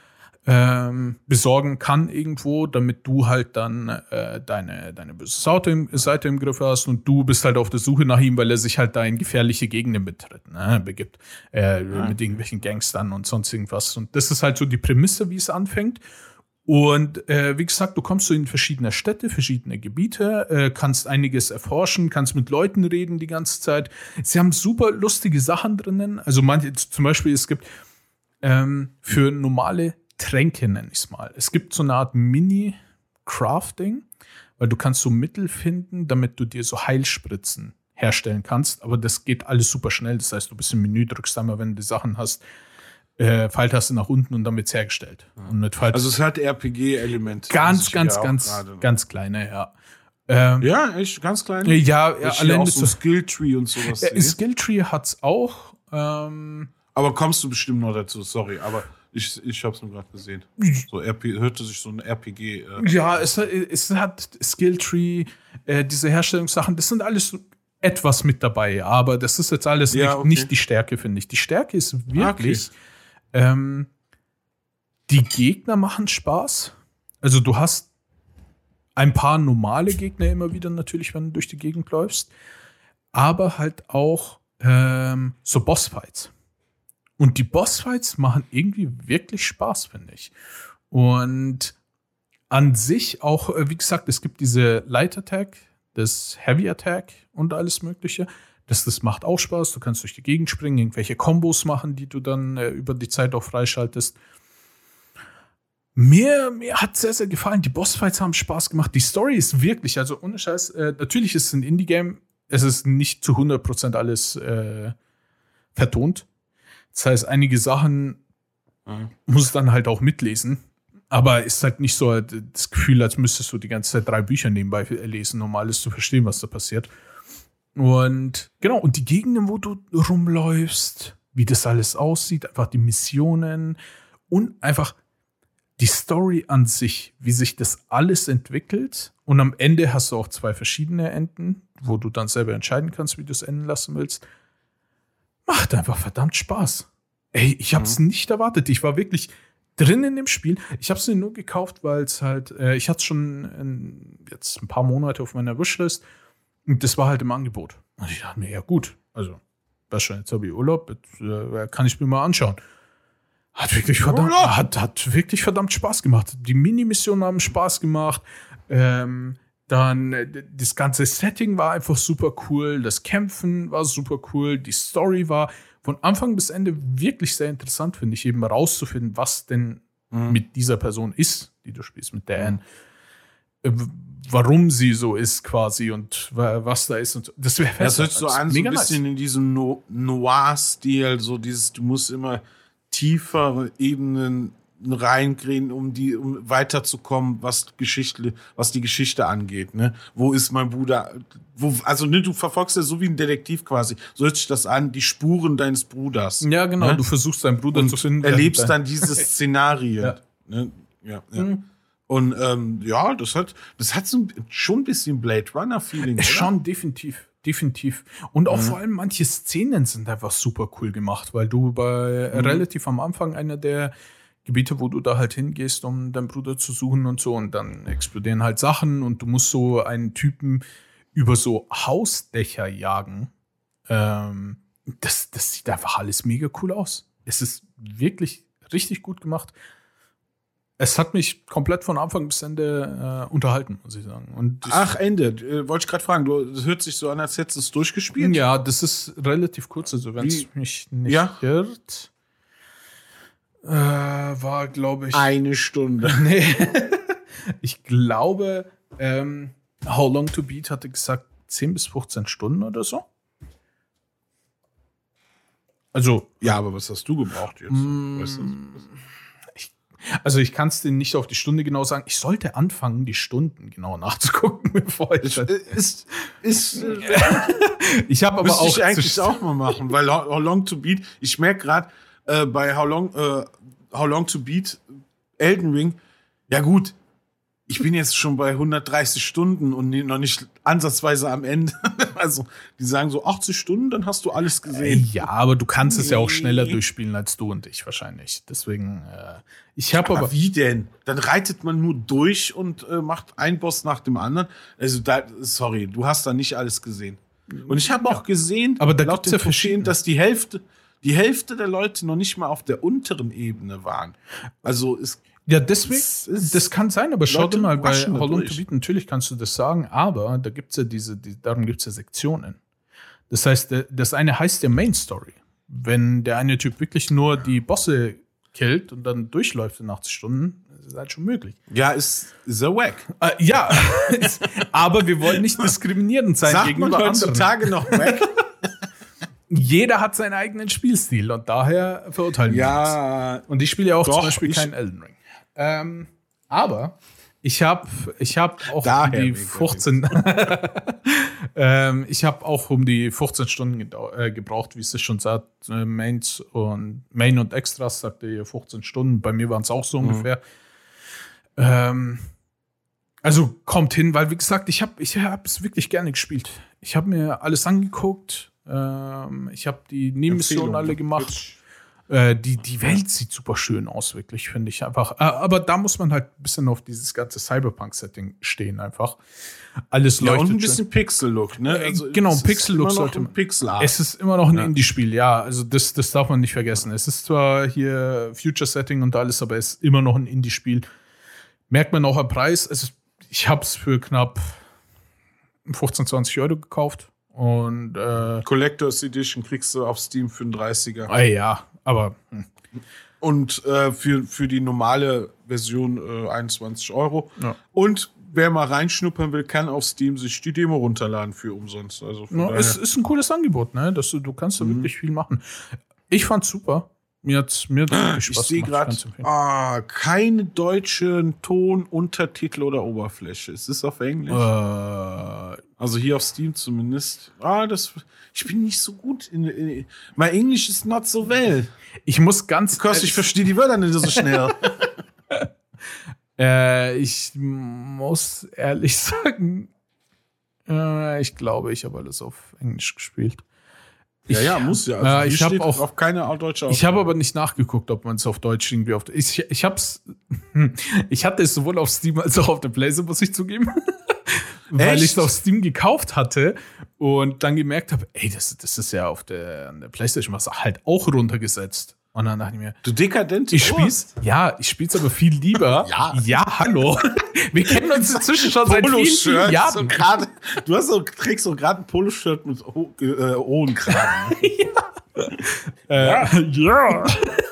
besorgen kann irgendwo, damit du halt dann deine böse Seite im Griff hast und du bist halt auf der Suche nach ihm, weil er sich halt da in gefährliche Gegenden begibt. Mit irgendwelchen Gangstern und sonst irgendwas. Und das ist halt so die Prämisse, wie es anfängt. Und wie gesagt, du kommst so in verschiedene Städte, verschiedene Gebiete, kannst einiges erforschen, kannst mit Leuten reden die ganze Zeit. Sie haben super lustige Sachen drinnen. Also manche, zum Beispiel, es gibt für normale Tränke, nenne ich es mal. Es gibt so eine Art Mini-Crafting, weil du kannst so Mittel finden, damit du dir so Heilspritzen herstellen kannst. Aber das geht alles super schnell. Das heißt, du bist im Menü, drückst einmal, wenn du die Sachen hast, Pfeiltaste nach unten und dann wird's hergestellt. Und mit also es hat RPG-Elemente. Ganz kleine, ja. Ja, echt ganz kleine? Ja, allein mit so Skilltree und sowas. Skilltree hat's auch. Aber kommst du bestimmt noch dazu, sorry, aber ich hab's nur gerade gesehen. So hörte sich so ein RPG. Ja, es hat Skilltree, diese Herstellungssachen, das sind alles etwas mit dabei, aber das ist jetzt alles nicht die Stärke, finde ich. Die Stärke ist wirklich, die Gegner machen Spaß. Also du hast ein paar normale Gegner immer wieder natürlich, wenn du durch die Gegend läufst, aber halt auch so Bossfights. Und die Bossfights machen irgendwie wirklich Spaß, finde ich. Und an sich auch, wie gesagt, es gibt diese Light Attack, das Heavy Attack und alles Mögliche. Das macht auch Spaß. Du kannst durch die Gegend springen, irgendwelche Kombos machen, die du dann über die Zeit auch freischaltest. Mir hat sehr, sehr gefallen. Die Bossfights haben Spaß gemacht. Die Story ist wirklich, also ohne Scheiß, natürlich ist es ein Indie-Game. Es ist nicht zu 100% alles vertont. Das heißt, einige Sachen muss dann halt auch mitlesen. Aber ist halt nicht so das Gefühl, als müsstest du die ganze Zeit 3 Bücher nebenbei lesen, um alles zu verstehen, was da passiert. Und genau, und die Gegenden, wo du rumläufst, wie das alles aussieht, einfach die Missionen und einfach die Story an sich, wie sich das alles entwickelt. Und am Ende hast du auch 2 verschiedene Enden, wo du dann selber entscheiden kannst, wie du es enden lassen willst. Macht einfach verdammt Spaß. Ey, ich hab's nicht erwartet. Ich war wirklich drin in dem Spiel. Ich hab's mir nur gekauft, weil es halt, ich hatte es schon jetzt ein paar Monate auf meiner Wishlist und das war halt im Angebot. Und ich dachte mir, ja gut, also, was schon, jetzt habe ich Urlaub, jetzt, kann ich mir mal anschauen. Hat wirklich verdammt Spaß gemacht. Die Mini-Missionen haben Spaß gemacht. Dann das ganze Setting war einfach super cool, das Kämpfen war super cool, die Story war von Anfang bis Ende wirklich sehr interessant, finde ich, eben rauszufinden, was denn mit dieser Person ist, die du spielst, mit der Anne. Warum sie so ist quasi und was da ist und so. Das hört sich so an, so ein bisschen in diesem Noir-Stil, so dieses, du musst immer tiefere Ebenen reingehen, um weiterzukommen, was die Geschichte angeht, ne? Wo ist mein Bruder? Du verfolgst ja so wie ein Detektiv quasi. So hört sich das an, die Spuren deines Bruders. Ja, genau. Ne? Du versuchst deinen Bruder zu finden. Erlebst dann diese Szenarien. Ja. Ne? Ja. Und das hat so schon ein bisschen Blade Runner-Feeling. Schon definitiv. definitiv. Und auch vor allem manche Szenen sind einfach super cool gemacht, weil du relativ am Anfang einer der Gebiete, wo du da halt hingehst, um deinen Bruder zu suchen und so, und dann explodieren halt Sachen und du musst so einen Typen über so Hausdächer jagen. Das sieht einfach alles mega cool aus. Es ist wirklich richtig gut gemacht. Es hat mich komplett von Anfang bis Ende unterhalten, muss ich sagen. Und Ende. Wollte ich gerade fragen. Das hört sich so an, als hättest du es durchgespielt. Ja, das ist relativ kurz. Also wenn es mich nicht irrt, war, glaube ich... 1 Stunde. Nee. Ich glaube, How Long to Beat hatte gesagt 10 bis 15 Stunden oder so. Also... Ja, aber was hast du gebraucht jetzt? Weißt du? Ich kann es dir nicht auf die Stunde genau sagen. Ich sollte anfangen, die Stunden genau nachzugucken, bevor ich... Ich habe aber auch... Müsste ich eigentlich auch mal machen, weil How Long to Beat, ich merke gerade bei How Long to Beat Elden Ring, ja gut, ich bin jetzt schon bei 130 Stunden und noch nicht ansatzweise am Ende. Also, die sagen so 80 Stunden, dann hast du alles gesehen. Ja, aber du kannst es ja auch schneller durchspielen als du und ich wahrscheinlich. Deswegen, ich habe aber... Wie denn? Dann reitet man nur durch und macht einen Boss nach dem anderen. Also, sorry, du hast da nicht alles gesehen. Und ich habe auch gesehen, aber da laut gibt's ja dem Verschehen, dass die Hälfte der Leute noch nicht mal auf der unteren Ebene waren. Also, ja, deswegen, das kann sein, aber schau dir mal bei How Long to durch. Beat, natürlich kannst du das sagen, aber da gibt's ja darum gibt's ja Sektionen. Das heißt, das eine heißt ja Main Story. Wenn der eine Typ wirklich nur die Bosse killt und dann durchläuft in 80 Stunden, ist das halt schon möglich. Ja, ist a wack. Ja, aber wir wollen nicht diskriminierend sein Sagt gegenüber man anderen. heutzutage noch wack? Jeder hat seinen eigenen Spielstil und daher verurteilen wir uns. Und ich spiele ja auch zum Beispiel keinen Elden Ring. Aber ich habe auch um die 15 ich habe auch um die 15 Stunden gebraucht, wie es schon sagt. Main und Extras sagte ihr 15 Stunden. Bei mir waren es auch so ungefähr. Also kommt hin, weil wie gesagt, ich hab es wirklich gerne gespielt. Ich habe mir alles angeguckt. Ich habe die Nebenmissionen alle gemacht. Die Welt sieht super schön aus, wirklich, finde ich einfach. Aber da muss man halt ein bisschen auf dieses ganze Cyberpunk-Setting stehen, einfach. Alles leuchtet und ein bisschen Pixel-Look, ne? Also genau, ein Pixel-Look sollte man. Es ist immer noch ein Indie-Spiel, ja. Also das darf man nicht vergessen. Es ist zwar hier Future-Setting und alles, aber es ist immer noch ein Indie-Spiel. Merkt man auch am Preis. Also ich habe es für knapp 15, 20 Euro gekauft. Und Collectors Edition kriegst du auf Steam für einen 30er. Ja, aber und für die normale Version 21 Euro. Ja. Und wer mal reinschnuppern will, kann auf Steam sich die Demo runterladen für umsonst. Also es ist ein cooles Angebot, ne? Du kannst da wirklich viel machen. Ich fand's super. Mir hat's wirklich Spaß ich sehe gemacht. gerade, keine deutschen Ton, Untertitel oder Oberfläche. Es ist auf Englisch. Also hier auf Steam zumindest. Ich bin nicht so gut in mein Englisch ist not so well. Ich muss ganz ich verstehe die Wörter nicht so schnell. Ich muss ehrlich sagen, ich glaube, ich habe alles auf Englisch gespielt. Muss ja. Also ich habe auch auf keine deutsche Ausgabe. Ich habe aber nicht nachgeguckt, ob man es auf Deutsch irgendwie ich hatte es sowohl auf Steam als auch auf der PlayStation, muss ich zugeben. Weil ich es auf Steam gekauft hatte und dann gemerkt habe, das ist ja an der PlayStation was halt auch runtergesetzt. Und dann dachte ich mir, du dekadent. Ich spiel's aber viel lieber. Ja, hallo. Wir kennen uns inzwischen schon seit vielen Jahren. Du trägst so gerade ein Poloshirt mit hohen Kragen. Ja.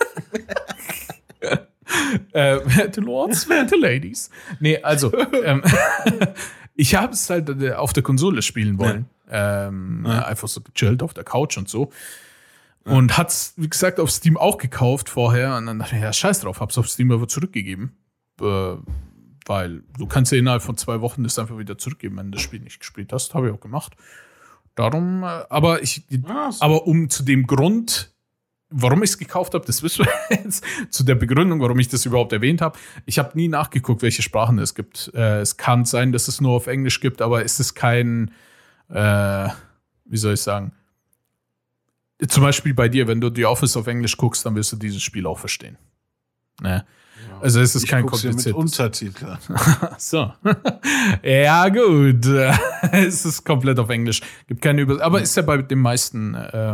The Lords, the Ladies. Nee, also, ich habe es halt auf der Konsole spielen wollen. Einfach so gechillt auf der Couch und so. Und hat's, wie gesagt, auf Steam auch gekauft vorher. Und dann dachte ich, scheiß drauf, hab's auf Steam aber zurückgegeben. Weil du kannst ja innerhalb von 2 Wochen das einfach wieder zurückgeben, wenn du das Spiel nicht gespielt hast. Habe ich auch gemacht. Darum, aber um zu dem Grund, warum ich es gekauft habe, das wissen wir jetzt, zu der Begründung, warum ich das überhaupt erwähnt habe. Ich habe nie nachgeguckt, welche Sprachen es gibt. Es kann sein, dass es nur auf Englisch gibt, aber es ist kein wie soll ich sagen, zum Beispiel bei dir, wenn du The Office auf Englisch guckst, dann wirst du dieses Spiel auch verstehen. Ne? Ja. Also es ist kein kompliziertes. Mit Untertiteln. So. Ja, gut. Es ist komplett auf Englisch. Gibt keine aber ist ja bei den meisten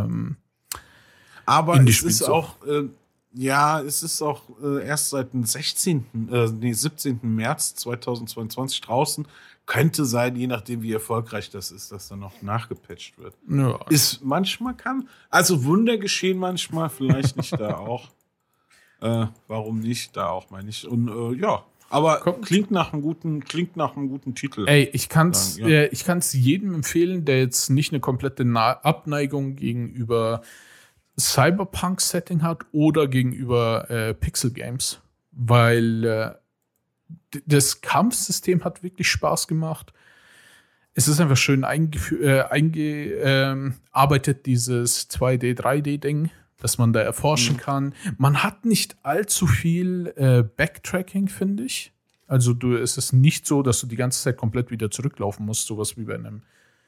aber es ist auch es ist auch erst seit dem 17. März 2022 draußen. Könnte sein, je nachdem, wie erfolgreich das ist, dass dann noch nachgepatcht wird. Ja. Ist manchmal also Wunder geschehen manchmal, vielleicht nicht da auch. Warum nicht? Da auch, meine ich. Und aber klingt nach einem guten Titel. Ey, ich kann's jedem empfehlen, der jetzt nicht eine komplette Abneigung gegenüber Cyberpunk-Setting hat oder gegenüber Pixel-Games, weil das Kampfsystem hat wirklich Spaß gemacht. Es ist einfach schön eingearbeitet, dieses 2D, 3D-Ding, dass man da erforschen kann. Man hat nicht allzu viel Backtracking, finde ich. Also es ist nicht so, dass du die ganze Zeit komplett wieder zurücklaufen musst, sowas wie bei einem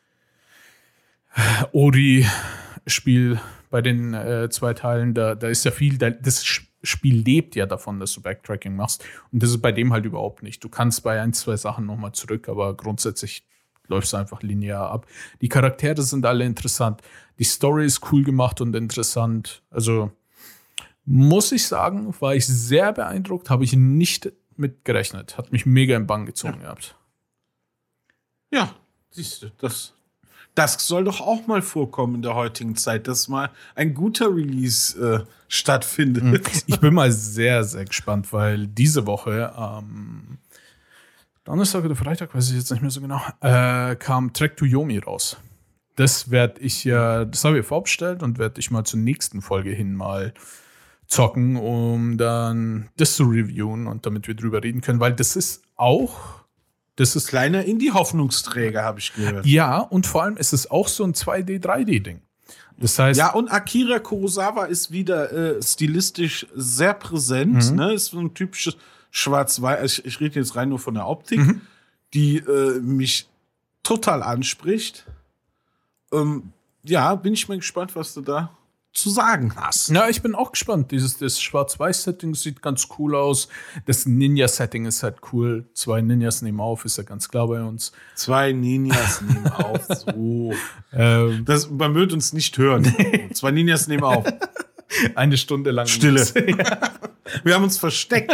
Ori-Spiel bei den 2 Teilen. Da ist ja viel, das Spiel lebt ja davon, dass du Backtracking machst. Und das ist bei dem halt überhaupt nicht. Du kannst bei 1, 2 Sachen nochmal zurück, aber grundsätzlich läufst du einfach linear ab. Die Charaktere sind alle interessant. Die Story ist cool gemacht und interessant. Also muss ich sagen, war ich sehr beeindruckt. Habe ich nicht mit gerechnet. Hat mich mega im Bann gezogen gehabt. Ja, siehst du, das soll doch auch mal vorkommen in der heutigen Zeit, dass mal ein guter Release stattfindet. Ich bin mal sehr, sehr gespannt, weil diese Woche Donnerstag oder Freitag, weiß ich jetzt nicht mehr so genau, kam Trek to Yomi raus. Das habe ich vorbestellt und werde ich mal zur nächsten Folge hin mal zocken, um dann das zu reviewen und damit wir drüber reden können, weil das ist kleiner Indie-Hoffnungsträger, habe ich gehört. Ja, und vor allem ist es auch so ein 2D, 3D-Ding. Das heißt. Ja, und Akira Kurosawa ist wieder stilistisch sehr präsent. Ne? Ist so ein typisches Schwarz-Weiß. Ich rede jetzt rein nur von der Optik, die mich total anspricht. Bin ich mal gespannt, was du da zu sagen hast. Ja, ich bin auch gespannt. Das Schwarz-Weiß-Setting sieht ganz cool aus. Das Ninja-Setting ist halt cool. 2 Ninjas nehmen auf, ist ja ganz klar bei uns. 2 Ninjas nehmen auf. So. Man wird uns nicht hören. 2 Ninjas nehmen auf. 1 Stunde lang. Stille. Wir haben uns versteckt.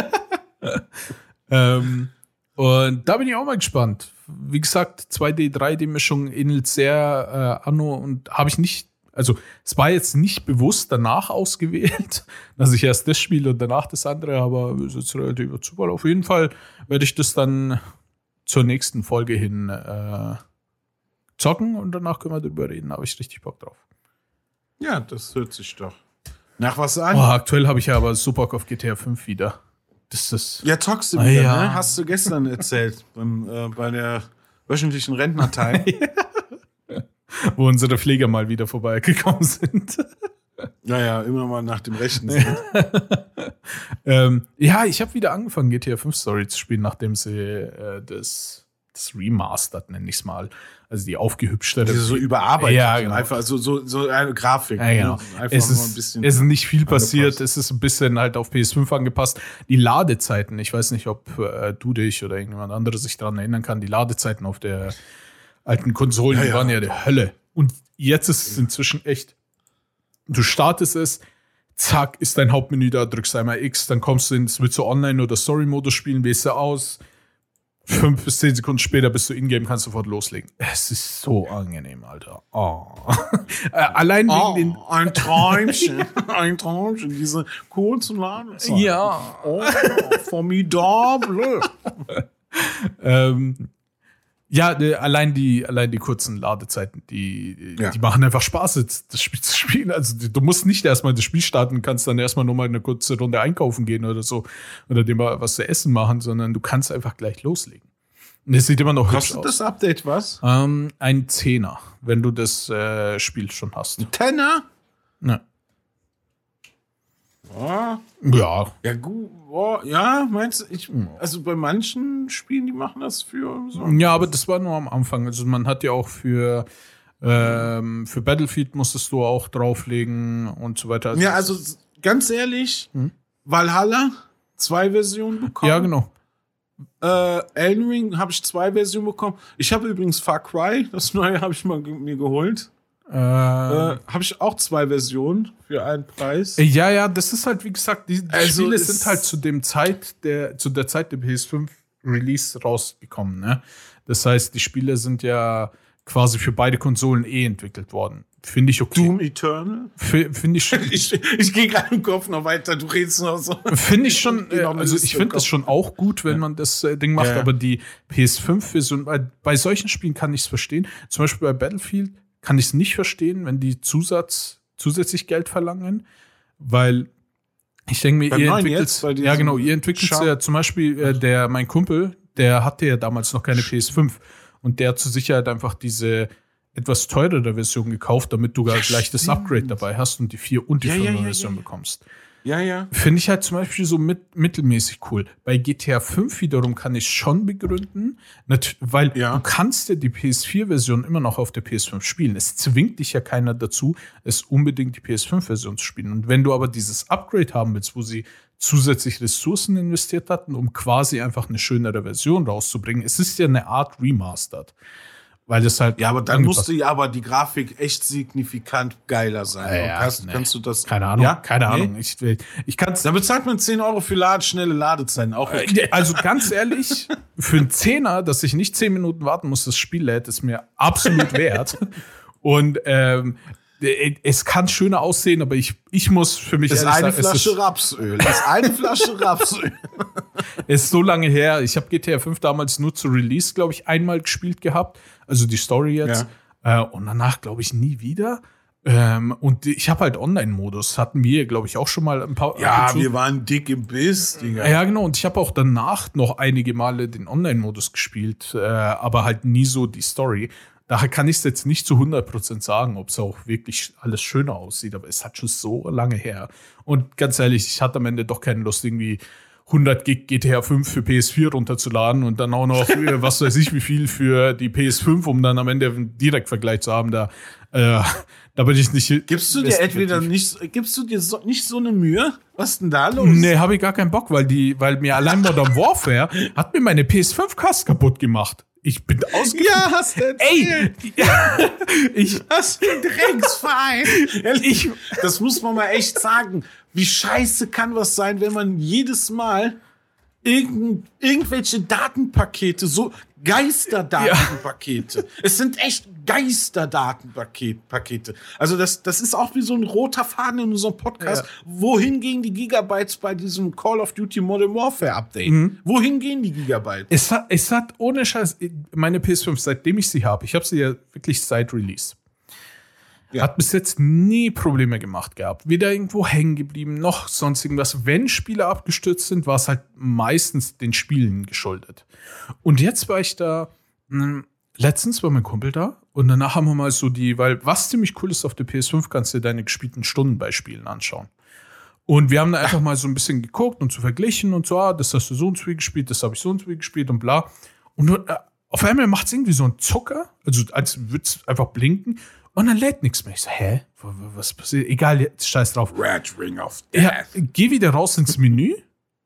Und da bin ich auch mal gespannt. Wie gesagt, 2D, 3D-Mischung ähnelt sehr Anno und habe ich nicht. Also, es war jetzt nicht bewusst danach ausgewählt, dass ich erst das spiele und danach das andere, aber es ist relativ Zufall. Auf jeden Fall werde ich das dann zur nächsten Folge hin zocken und danach können wir drüber reden. Da habe ich richtig Bock drauf. Ja, das hört sich doch nach was an. Aktuell habe ich ja aber super Bock auf GTA 5 wieder. Das ist. Ja, zockst du wieder, ne? Hast du gestern erzählt bei der wöchentlichen Rentnerteil. Wo unsere Pfleger mal wieder vorbeigekommen sind. Ja, immer mal nach dem Rechten sind. Ich habe wieder angefangen, GTA 5 Story zu spielen, nachdem sie das Remastered, nenne ich es mal. Also die aufgehübschtere. Diese so überarbeitet. Ja, genau. Einfach so eine Grafik. Ja, genau. Es ist nicht viel passiert. Es ist ein bisschen halt auf PS5 angepasst. Die Ladezeiten, ich weiß nicht, ob du dich oder irgendjemand anderes sich daran erinnern kann, die Ladezeiten auf der alten Konsolen, die waren ja die Hölle. Und jetzt ist es inzwischen echt, du startest es, zack, ist dein Hauptmenü da, drückst einmal X, dann kommst du willst du Online- oder Story-Modus spielen, wählst du aus, 5 bis 10 Sekunden später bist du in-game, kannst sofort loslegen. Es ist so angenehm, Alter. Oh. Allein wegen den... Ein Träumchen, diese kurzen Ladezeiten. Ja. Formidable. Allein die kurzen Ladezeiten, die machen einfach Spaß, das Spiel zu spielen. Also du musst nicht erstmal das Spiel starten, kannst dann erstmal nur mal eine kurze Runde einkaufen gehen oder so oder dir mal was zu essen machen, sondern du kannst einfach gleich loslegen. Und es sieht immer noch hübsch aus. Kostet das Update was? Ein 10er, wenn du das Spiel schon hast. Ein 10er? Ja. Oh. Ja. Ja, gut. Oh, ja, meinst du, also bei manchen Spielen, die machen das für so. Ja, aber das war nur am Anfang. Also man hat ja auch für Für Battlefield musstest du auch drauflegen und so weiter. Ja, also ganz ehrlich, Valhalla 2 Versionen bekommen. Ja, genau. Elden Ring habe ich 2 Versionen bekommen. Ich habe übrigens Far Cry, das neue habe ich mir geholt. Habe ich auch 2 Versionen für einen Preis. Ja, das ist halt, wie gesagt, die Also Spiele sind halt zu der Zeit der PS5 Release rausgekommen, ne? Das heißt, die Spiele sind ja quasi für beide Konsolen entwickelt worden. Finde ich okay. Doom Eternal? Finde ich schon. Ich gehe gerade im Kopf noch weiter, du redest noch so. Finde ich schon, also ich finde das schon auch gut, wenn man das Ding macht, aber die PS5-Version, bei solchen Spielen kann ich es verstehen. Zum Beispiel bei Battlefield kann ich es nicht verstehen, wenn die zusätzlich Geld verlangen, weil ich denke mir, ihr entwickelt ja zum Beispiel, mein Kumpel, der hatte ja damals noch keine PS5 und der hat zur Sicherheit einfach diese etwas teurere Version gekauft, damit du gleich das Upgrade dabei hast und die 4 und die 5 Version bekommst. Ja. Finde ich halt zum Beispiel so mittelmäßig cool. Bei GTA 5 wiederum kann ich schon begründen, weil du kannst ja die PS4-Version immer noch auf der PS5 spielen. Es zwingt dich ja keiner dazu, es unbedingt die PS5-Version zu spielen. Und wenn du aber dieses Upgrade haben willst, wo sie zusätzlich Ressourcen investiert hatten, um quasi einfach eine schönere Version rauszubringen, es ist ja eine Art Remastered. Weil das halt. Ja, aber dann musste die Grafik echt signifikant geiler sein. Kannst du das? Keine Ahnung. Ja? Keine Ahnung. Ich kann's. Da bezahlt man 10 Euro für schnelle Ladezeiten auch. Also ganz ehrlich, für einen Zehner, dass ich nicht 10 Minuten warten muss, das Spiel lädt, ist mir absolut wert. Und es kann schöner aussehen, aber ich muss für mich ehrlich sagen, Rapsöl. Das ist eine Flasche Rapsöl. Ist so lange her. Ich habe GTA 5 damals nur zu Release, glaube ich, einmal gespielt gehabt. Also die Story jetzt. Ja. Und danach, glaube ich, nie wieder. Und ich habe halt Online-Modus. Hatten wir, glaube ich, auch schon mal ein paar. Ja, wir waren dick im Biss, Digga. Ja, genau. Und ich habe auch danach noch einige Male den Online-Modus gespielt. Aber halt nie so die Story. Daher kann ich es jetzt nicht zu 100% sagen, ob es auch wirklich alles schöner aussieht. Aber es hat schon so lange her. Und ganz ehrlich, ich hatte am Ende doch keine Lust, irgendwie 100 Gig GTA 5 für PS4 runterzuladen und dann auch noch, was weiß ich, wie viel für die PS5, um dann am Ende einen Direktvergleich zu haben. Da bin ich nicht. Gibst du dir nicht so eine Mühe? Was ist denn da los? Nee, habe ich gar keinen Bock, weil mir allein Modern Warfare hat mir meine PS5-Cast kaputt gemacht. Ich bin ausgeflippt. Ja, hast du erzählt. Hast du einen Drecksverein. Das muss man mal echt sagen. Wie scheiße kann was sein, wenn man jedes Mal irgendwelche Datenpakete, so Geisterdatenpakete. Es sind echt Geisterdatenpakete. Also das ist auch wie so ein roter Faden in unserem Podcast. Ja. Wohin gehen die Gigabytes bei diesem Call of Duty Modern Warfare Update? Wohin gehen die Gigabytes? Es hat ohne Scheiß, meine PS5, seitdem ich sie habe, ich habe sie ja wirklich seit Release, hat bis jetzt nie Probleme gemacht gehabt. Weder irgendwo hängen geblieben, noch sonst irgendwas. Wenn Spiele abgestürzt sind, war es halt meistens den Spielen geschuldet. Und jetzt war ich da, letztens war mein Kumpel da und danach haben wir mal so weil was ziemlich cool ist auf der PS5, kannst du dir deine gespielten Stunden bei Spielen anschauen. Und wir haben da einfach mal so ein bisschen geguckt und so verglichen und so, das hast du so und so viel gespielt, das habe ich so und so viel gespielt und bla. Und auf einmal macht es irgendwie so einen Zucker, also als würde es einfach blinken. Und dann lädt nichts mehr. Ich so, was passiert? Egal, jetzt scheiß drauf. Red Ring of Death. Ja, geh wieder raus ins Menü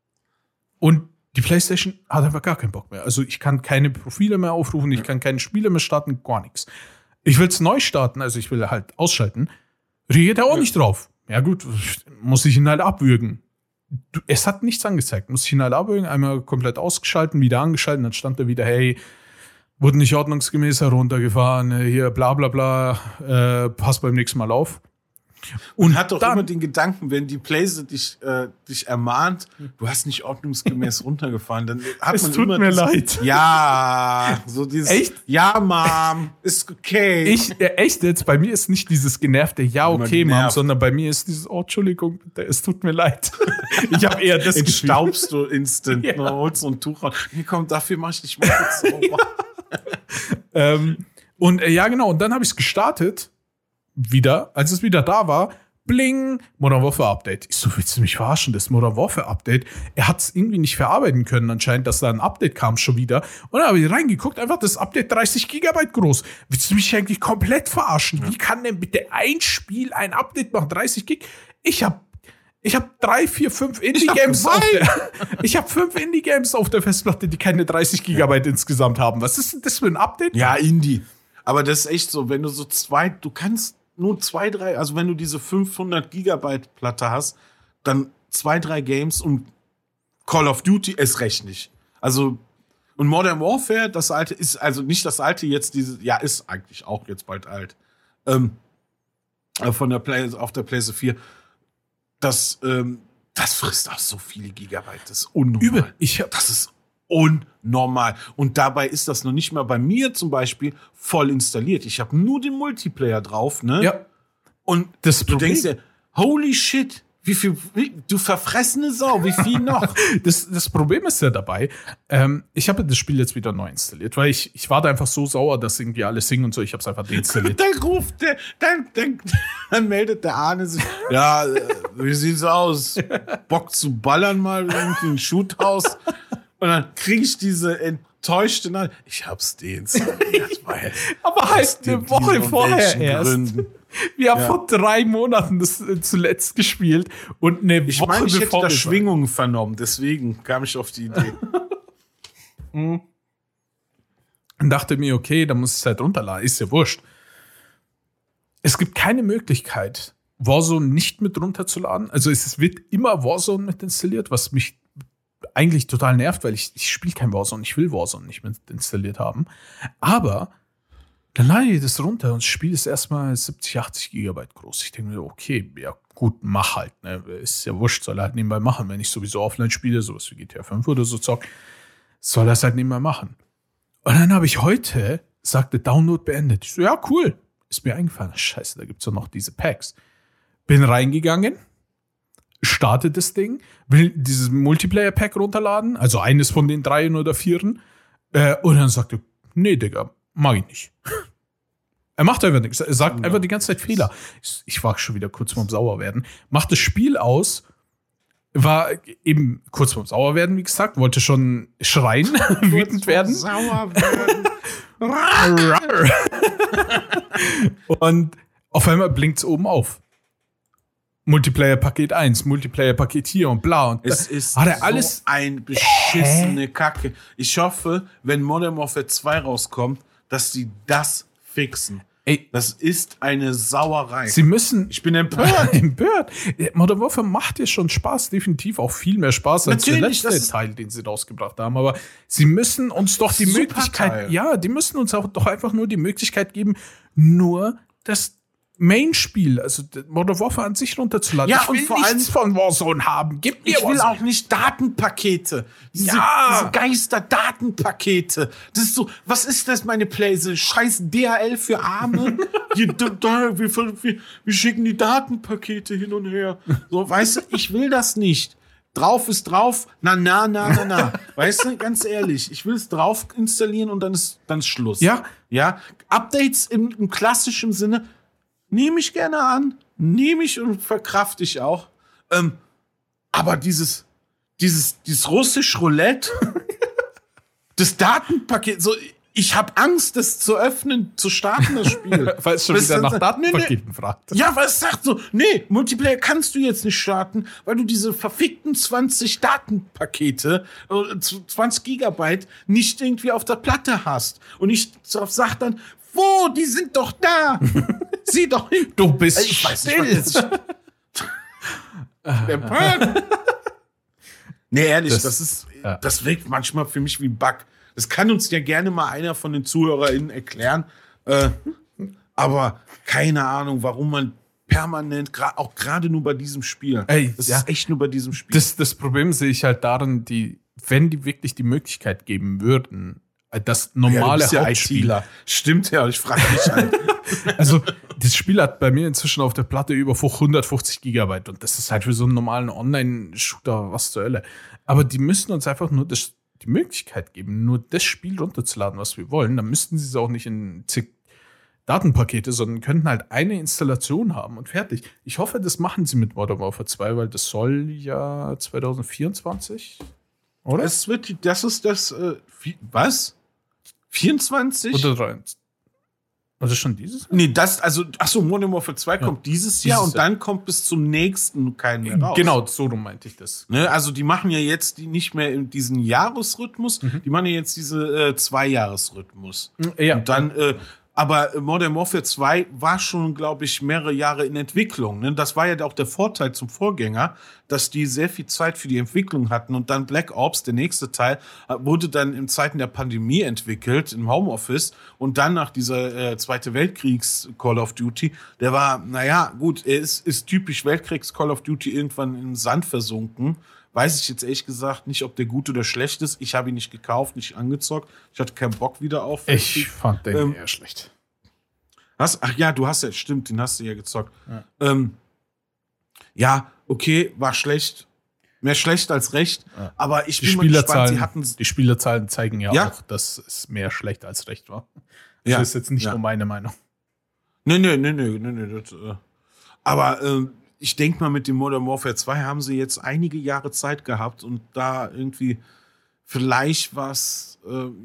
und die PlayStation hat einfach gar keinen Bock mehr. Also ich kann keine Profile mehr aufrufen, ich kann keine Spiele mehr starten, gar nichts. Ich will es neu starten, also ich will halt ausschalten. Reagiert er auch nicht drauf. Ja gut, muss ich ihn halt abwürgen. Es hat nichts angezeigt. Muss ich ihn halt abwürgen, einmal komplett ausgeschalten, wieder angeschalten, dann stand da wieder, hey, wurden nicht ordnungsgemäß heruntergefahren, hier bla bla bla, pass beim nächsten Mal auf. Und hat doch immer den Gedanken, wenn die PlayStation dich ermahnt, du hast nicht ordnungsgemäß runtergefahren, dann hat es man tut immer mir leid. Ja, so dieses echt? Ja, Mom, ist okay. Echt jetzt? Bei mir ist nicht dieses genervte Ja, okay, Mom, sondern bei mir ist dieses Entschuldigung, es tut mir leid. Ich habe eher das staubst du instant, holst so ein Tuch raus. Nee, komm, dafür mach ich dich mal kurz sauber. Und ja, genau. Und dann habe ich es gestartet, wieder. Als es wieder da war, Bling, Modern Warfare Update. Ich so, willst du mich verarschen? Das Modern Warfare Update, er hat es irgendwie nicht verarbeiten können anscheinend, dass da ein Update kam schon wieder. Und dann habe ich reingeguckt, einfach das Update 30 Gigabyte groß. Willst du mich eigentlich komplett verarschen? Wie kann denn bitte ein Spiel ein Update machen, 30 Gig? Ich hab 3, 4, 5 Indie-Games ich habe 5 Indie-Games auf der Festplatte, die keine 30 Gigabyte insgesamt haben. Was ist denn das für ein Update? Ja, Indie. Aber das ist echt so, wenn du du kannst nur 2, 3, also wenn du diese 500 Gigabyte Platte hast, dann 2, 3 Games und Call of Duty ist recht nicht. Also, und Modern Warfare, das alte, ist also nicht das alte jetzt, ist eigentlich auch jetzt bald alt. Auf der PlayStation 4. Das frisst auch so viele Gigabyte. Das ist unnormal. Das ist unnormal. Und dabei ist das noch nicht mal bei mir zum Beispiel voll installiert. Ich habe nur den Multiplayer drauf, ne? Ja. Und du denkst dir, holy shit, du verfressene Sau, wie viel noch? Das Problem ist ja dabei, ich habe das Spiel jetzt wieder neu installiert, weil ich war da einfach so sauer, dass irgendwie alle singen und so, ich habe es einfach deinstalliert. Dann meldet der Arne sich, ja, wie sieht's aus? Bock zu ballern mal irgendwie ein Shoothouse? Und dann kriege ich diese enttäuschte Nachricht, ich hab's deinstalliert. Aber halt eine Woche vorher erst. Gründen. Wir haben vor 3 Monaten das zuletzt gespielt und eine Ich Woche meine, ich hätte bevor da wir- Schwingungen vernommen, deswegen kam ich auf die Idee. Und dachte mir, okay, da muss ich es halt runterladen. Ist ja wurscht. Es gibt keine Möglichkeit, Warzone nicht mit runterzuladen. Also es wird immer Warzone mit installiert, was mich eigentlich total nervt, weil ich spiele kein Warzone. Ich will Warzone nicht mit installiert haben. Aber dann lade ich das runter und das Spiel ist erstmal 70, 80 Gigabyte groß. Ich denke mir, okay, ja gut, mach halt. Ne? Ist ja wurscht, soll er halt nebenbei machen. Wenn ich sowieso offline spiele, sowas wie GTA 5 oder so zock, soll er es halt nebenbei machen. Und dann habe ich heute, sagte Download beendet. Ich so, ja, cool. Ist mir eingefallen. Scheiße, da gibt's doch noch diese Packs. Bin reingegangen, starte das Ding, will dieses Multiplayer-Pack runterladen, also eines von den 3 oder 4. Und dann sagte, nee, Digga, mag ich nicht. Er macht einfach nichts. Er sagt einfach die ganze Zeit Fehler. Ich war schon wieder kurz vorm Sauerwerden. Macht das Spiel aus, war eben kurz vorm Sauerwerden, wie gesagt, wollte schon schreien, wütend werden. Sauer werden. Und auf einmal blinkt's oben auf. Multiplayer-Paket 1, Multiplayer-Paket hier und bla. Und Es ist hat er alles. so ein beschissene Kacke. Ich hoffe, wenn Modern Warfare 2 rauskommt, dass die das fixen. Ey, Das ist eine Sauerei. sie müssen. Ich bin empört. Empört. Modern Warfare macht dir schon Spaß, definitiv auch viel mehr Spaß als Natürlich, der das letzte ist- Teil, den sie rausgebracht haben. Aber sie müssen uns doch die Super Möglichkeit, Teil. ja, die müssen uns auch doch einfach nur die Möglichkeit geben, nur das Main-Spiel, also Modern Warfare an sich runterzuladen. Ja, ich will und vor nichts von Warzone haben. Gib mir Ich will Warzone. auch nicht Datenpakete. Diese Geister-Datenpakete. Das ist so, was ist das, meine Playstation? Scheiß DHL für Arme? Wir schicken die Datenpakete hin und her. So, weißt du, ich will das nicht. Drauf ist drauf, na. Weißt du, ganz ehrlich, ich will es drauf installieren und dann ist Schluss. Ja. Ja, Updates im klassischen Sinne nehme ich gerne an, nehme ich und verkraft ich auch. Aber dieses russisch Roulette, das Datenpaket, so, ich habe Angst, das zu öffnen, zu starten, das Spiel. Weil es schon Was wieder dann nach sagt, Datenpaketen fragt. Ja, weil es sagt so, nee, Multiplayer kannst du jetzt nicht starten, weil du diese verfickten 20 Datenpakete, 20 Gigabyte nicht irgendwie auf der Platte hast. Und ich sag dann, wo, die sind doch da. Sieh doch hin. Du bist Ich weiß nicht, still. Empört. Nee, ehrlich, Das- das wirkt manchmal für mich wie ein Bug. Das kann uns ja gerne mal einer von den ZuhörerInnen erklären. Aber keine Ahnung, warum man permanent, auch gerade nur bei diesem Spiel. Ey, das ja. ist echt nur bei diesem Spiel. Das Problem sehe ich halt darin, wenn die wirklich die Möglichkeit geben würden, das normale Hauptspiel. ITler. Stimmt ja, ich frage mich halt. Also, das Spiel hat bei mir inzwischen auf der Platte über 150 Gigabyte und das ist halt für so einen normalen Online-Shooter was zur Hölle. Aber die müssen uns einfach nur die Möglichkeit geben, nur das Spiel runterzuladen, was wir wollen. Dann müssten sie es auch nicht in zig Datenpakete, sondern könnten halt eine Installation haben und fertig. Ich hoffe, das machen sie mit Modern Warfare 2, weil das soll ja 2024, oder? Das ist das, was? 24? Oder 23. Also schon dieses Jahr? Nee, Modern Warfare 2 kommt dieses Jahr und dann kommt bis zum nächsten kein mehr raus. Genau, so rum meinte ich das. Ne, also die machen ja jetzt nicht mehr in diesen Jahresrhythmus, die machen ja jetzt diese 2-Jahres-Rhythmus. Ja. Und dann, aber Modern Warfare 2 war schon, glaube ich, mehrere Jahre in Entwicklung. Ne? Das war ja auch der Vorteil zum Vorgänger, dass die sehr viel Zeit für die Entwicklung hatten. Und dann Black Ops, der nächste Teil, wurde dann in Zeiten der Pandemie entwickelt, im Homeoffice. Und dann nach dieser Zweite Weltkriegs Call of Duty, der war, naja, gut, er ist typisch Weltkriegs Call of Duty irgendwann im Sand versunken. Weiß ich jetzt ehrlich gesagt nicht, ob der gut oder schlecht ist. Ich habe ihn nicht gekauft, nicht angezockt. Ich hatte keinen Bock wieder auf. Ich fand den eher schlecht. Ach ja, du hast ja, stimmt, den hast du ja gezockt. Ja, okay, war schlecht. Mehr schlecht als recht. Ja. Aber ich bin mal gespannt, die Spielerzahlen zeigen ja auch, dass es mehr schlecht als recht war. Das ist jetzt nicht nur meine Meinung. Nee. Aber ich denke mal, mit dem Modern Warfare 2 haben sie jetzt einige Jahre Zeit gehabt und da irgendwie vielleicht was,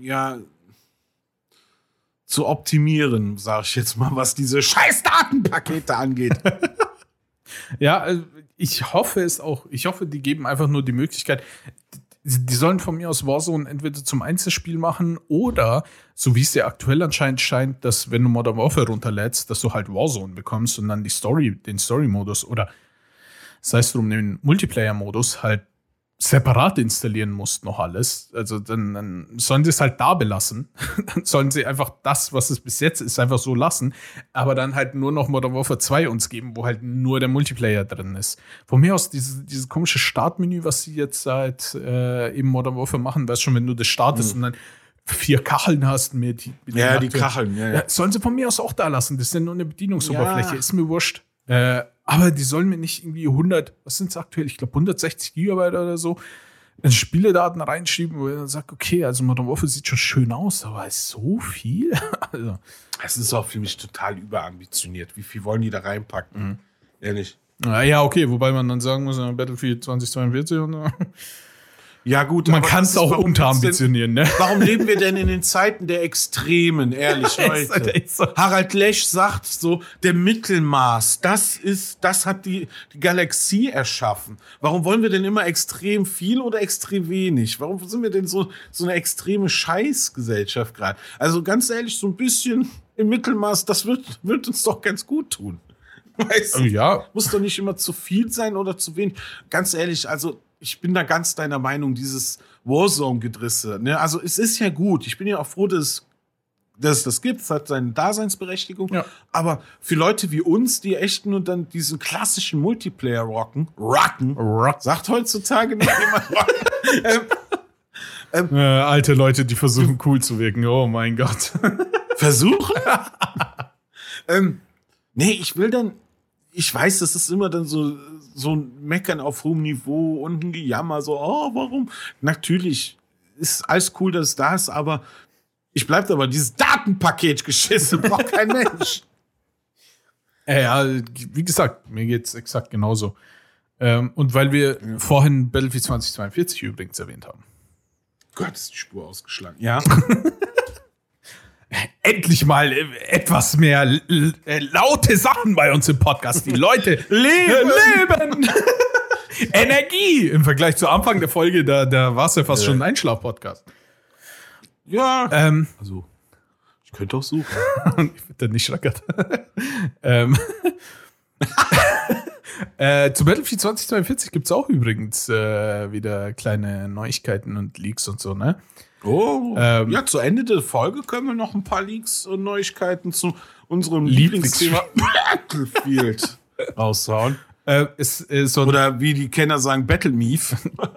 zu optimieren, sage ich jetzt mal, was diese scheiß Datenpakete angeht. Ja, ich hoffe es auch. Ich hoffe, die geben einfach nur die Möglichkeit, die sollen von mir aus Warzone entweder zum Einzelspiel machen oder, so wie es ja aktuell anscheinend scheint, dass wenn du Modern Warfare runterlädst, dass du halt Warzone bekommst und dann den Story-Modus oder sei es drum, den Multiplayer-Modus halt separat installieren musst noch alles. Also dann sollen sie es halt da belassen. Dann sollen sie einfach das, was es bis jetzt ist, einfach so lassen. Aber dann halt nur noch Modern Warfare 2 uns geben, wo halt nur der Multiplayer drin ist. Von mir aus dieses komische Startmenü, was sie jetzt seit eben Modern Warfare machen, weißt schon, wenn du das startest und dann 4 Kacheln hast mit die Kacheln, ja. Sollen sie von mir aus auch da lassen. Das ist ja nur eine Bedienungsoberfläche. Ist mir wurscht. Aber die sollen mir nicht irgendwie 100, was sind es aktuell? Ich glaube 160 Gigabyte oder so, in Spieledaten reinschieben, wo ich dann sage, okay, also Modern Warfare sieht schon schön aus, aber ist so viel? Also. Es ist auch für mich total überambitioniert. Wie viel wollen die da reinpacken? Ehrlich. Ja, okay, wobei man dann sagen muss, Battlefield 2042 und ja, gut. Man kann es auch unterambitionieren, ne? Warum leben wir denn in den Zeiten der Extremen, ehrlich, Leute? Harald Lesch sagt so, der Mittelmaß, das hat die Galaxie erschaffen. Warum wollen wir denn immer extrem viel oder extrem wenig? Warum sind wir denn so eine extreme Scheißgesellschaft gerade? Also ganz ehrlich, so ein bisschen im Mittelmaß, das wird uns doch ganz gut tun. Weißt du? Ja. Muss doch nicht immer zu viel sein oder zu wenig. Ganz ehrlich, also ich bin da ganz deiner Meinung, dieses Warzone-Gedrisse. Ne? Also es ist ja gut. Ich bin ja auch froh, dass es das gibt. Es hat seine Daseinsberechtigung. Ja. Aber für Leute wie uns, die echt nur dann diesen klassischen Multiplayer rocken, sagt heutzutage noch jemand alte Leute, die versuchen cool zu wirken. Oh mein Gott. Versuchen? Nee, ich weiß, das ist immer dann so ein Meckern auf hohem Niveau und ein Gejammer, so, warum? Natürlich ist alles cool, dass es da ist, aber ich bleib dabei, dieses Datenpaket-Geschissen braucht kein Mensch. Ja, wie gesagt, mir geht's exakt genauso. Und weil wir vorhin Battlefield 2042 übrigens erwähnt haben. Gott, ist die Spur ausgeschlagen. Ja. Endlich mal etwas mehr laute Sachen bei uns im Podcast. Die Leute leben. Energie. Im Vergleich zu Anfang der Folge, da war es ja fast schon ein Einschlaf-Podcast. Ja. Also, ich könnte auch suchen. Ich bin da nicht schreckert. Zu Battlefield 2042 gibt es auch übrigens wieder kleine Neuigkeiten und Leaks und so, ne? Oh, ja, zu Ende der Folge können wir noch ein paar Leaks und Neuigkeiten zu unserem Lieblingsthema Battlefield raushauen. Oder wie die Kenner sagen, Battle Mief.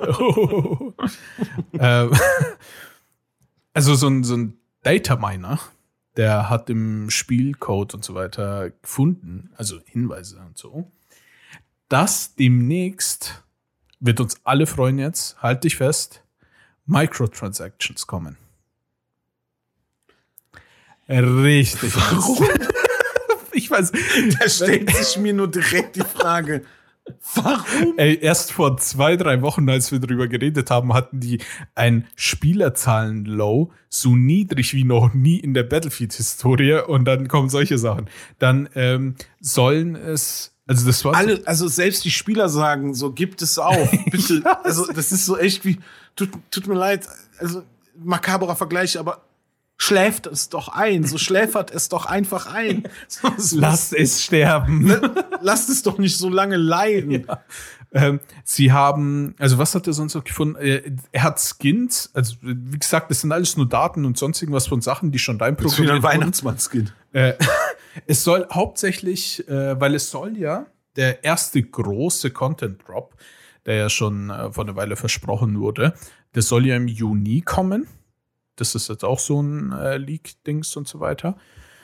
Also so ein Data Miner, der hat im Spielcode und so weiter gefunden, also Hinweise und so, dass demnächst, wird uns alle freuen jetzt, halt dich fest, Microtransactions kommen. Richtig. Warum? Ich weiß. Da stellt sich mir nur direkt die Frage, warum? Ey, erst vor 2-3 Wochen, als wir darüber geredet haben, hatten die ein Spielerzahlen-Low so niedrig wie noch nie in der Battlefield-Historie und dann kommen solche Sachen. Dann sollen es, also das war also selbst die Spieler sagen, so gibt es auf. Bitte, Ja. also das ist so echt wie, tut mir leid, also makaberer Vergleich, aber schläft es doch ein, so schläfert es doch einfach ein. So, lasst es sterben. lasst es doch nicht so lange leiden. Ja. Sie haben, also was hat er sonst noch gefunden? Er hat Skins, also wie gesagt, das sind alles nur Daten und sonst irgendwas von Sachen, die schon Das ist wieder reinprogrammiert ein wurden. Weihnachtsmann-Skin. Es soll hauptsächlich, weil es soll ja der erste große Content-Drop, der ja schon vor einer Weile versprochen wurde, der soll ja im Juni kommen. Das ist jetzt auch so ein Leak-Dings und so weiter.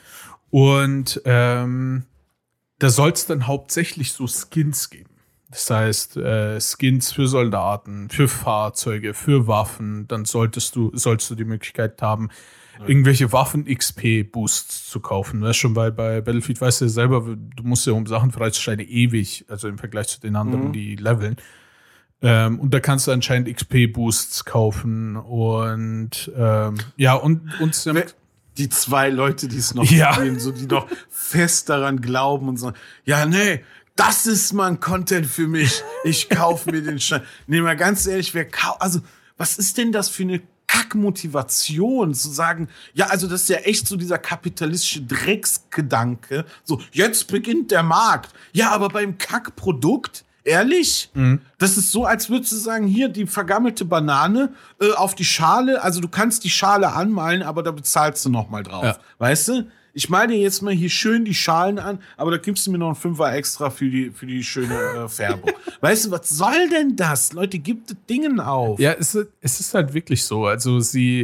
Und da soll es dann hauptsächlich so Skins geben. Das heißt, Skins für Soldaten, für Fahrzeuge, für Waffen. Dann sollst du die Möglichkeit haben, irgendwelche Waffen-XP-Boosts zu kaufen. Weißt schon, weil bei Battlefield weißt du ja selber, du musst ja um Sachen freizuschalten ewig, also im Vergleich zu den anderen, die leveln. Und da kannst du anscheinend XP-Boosts kaufen und ja, und Die 2 Leute, die es noch Ja. spielen, so die noch fest daran glauben und sagen, ja, nee, das ist mal ein Content für mich. Ich kaufe mir den Schein. Nee, mal ganz ehrlich, also, was ist denn das für eine Kackmotivation, zu sagen, ja, also das ist ja echt so dieser kapitalistische Drecksgedanke. So, jetzt beginnt der Markt. Ja, aber beim Kackprodukt, ehrlich? Das ist so, als würdest du sagen, hier die vergammelte Banane auf die Schale. Also du kannst die Schale anmalen, aber da bezahlst du noch mal drauf. Ja. Weißt du? Ich male dir jetzt mal hier schön die Schalen an, aber da gibst du mir noch einen Fünfer extra für die schöne Färbung. Weißt du, was soll denn das? Leute, gibt das Dingen auf. ja, es ist halt wirklich so. Also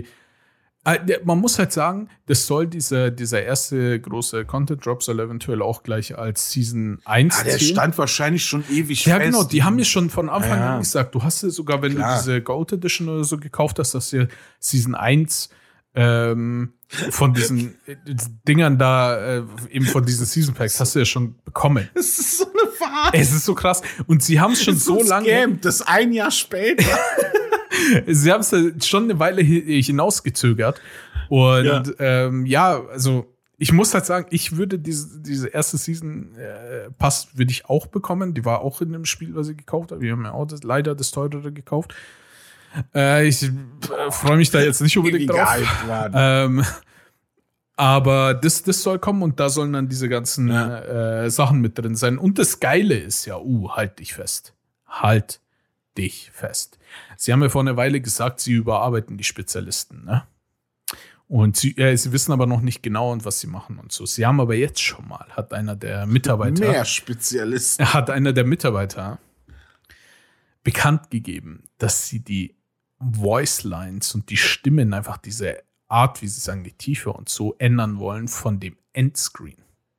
man muss halt sagen, das soll dieser erste große Content-Drop soll eventuell auch gleich als Season 1 Der zählen. stand wahrscheinlich schon ewig Ja, fest. genau, die haben mir schon von Anfang Ja. an gesagt, du hast ja sogar, wenn Klar. du diese Gold Edition oder so gekauft hast, dass dir Season 1 von diesen Dingern da, eben von diesen Season Packs, hast du ja schon bekommen. Das ist so eine Verarsche. Es ist so krass. Und sie haben es schon so lange. Scam, das ein Jahr später. Sie haben es schon eine Weile hinausgezögert. Und ja, also ich muss halt sagen, ich würde diese erste Season Pass würde ich auch bekommen. Die war auch in dem Spiel, was ich gekauft habe. Wir haben ja auch leider das teurere gekauft. Ich freue mich da jetzt nicht unbedingt drauf. Aber das soll kommen und da sollen dann diese ganzen Sachen mit drin sein. Und das Geile ist ja, halt dich fest. Halt dich fest. Sie haben ja vor einer Weile gesagt, sie überarbeiten die Spezialisten, ne? Und sie wissen aber noch nicht genau, was sie machen und so. Sie haben aber jetzt schon mal, hat einer der Mitarbeiter bekannt gegeben, dass sie die Voice Lines und die Stimmen, einfach diese Art, wie sie sagen, die Tiefe und so ändern wollen von dem Endscreen.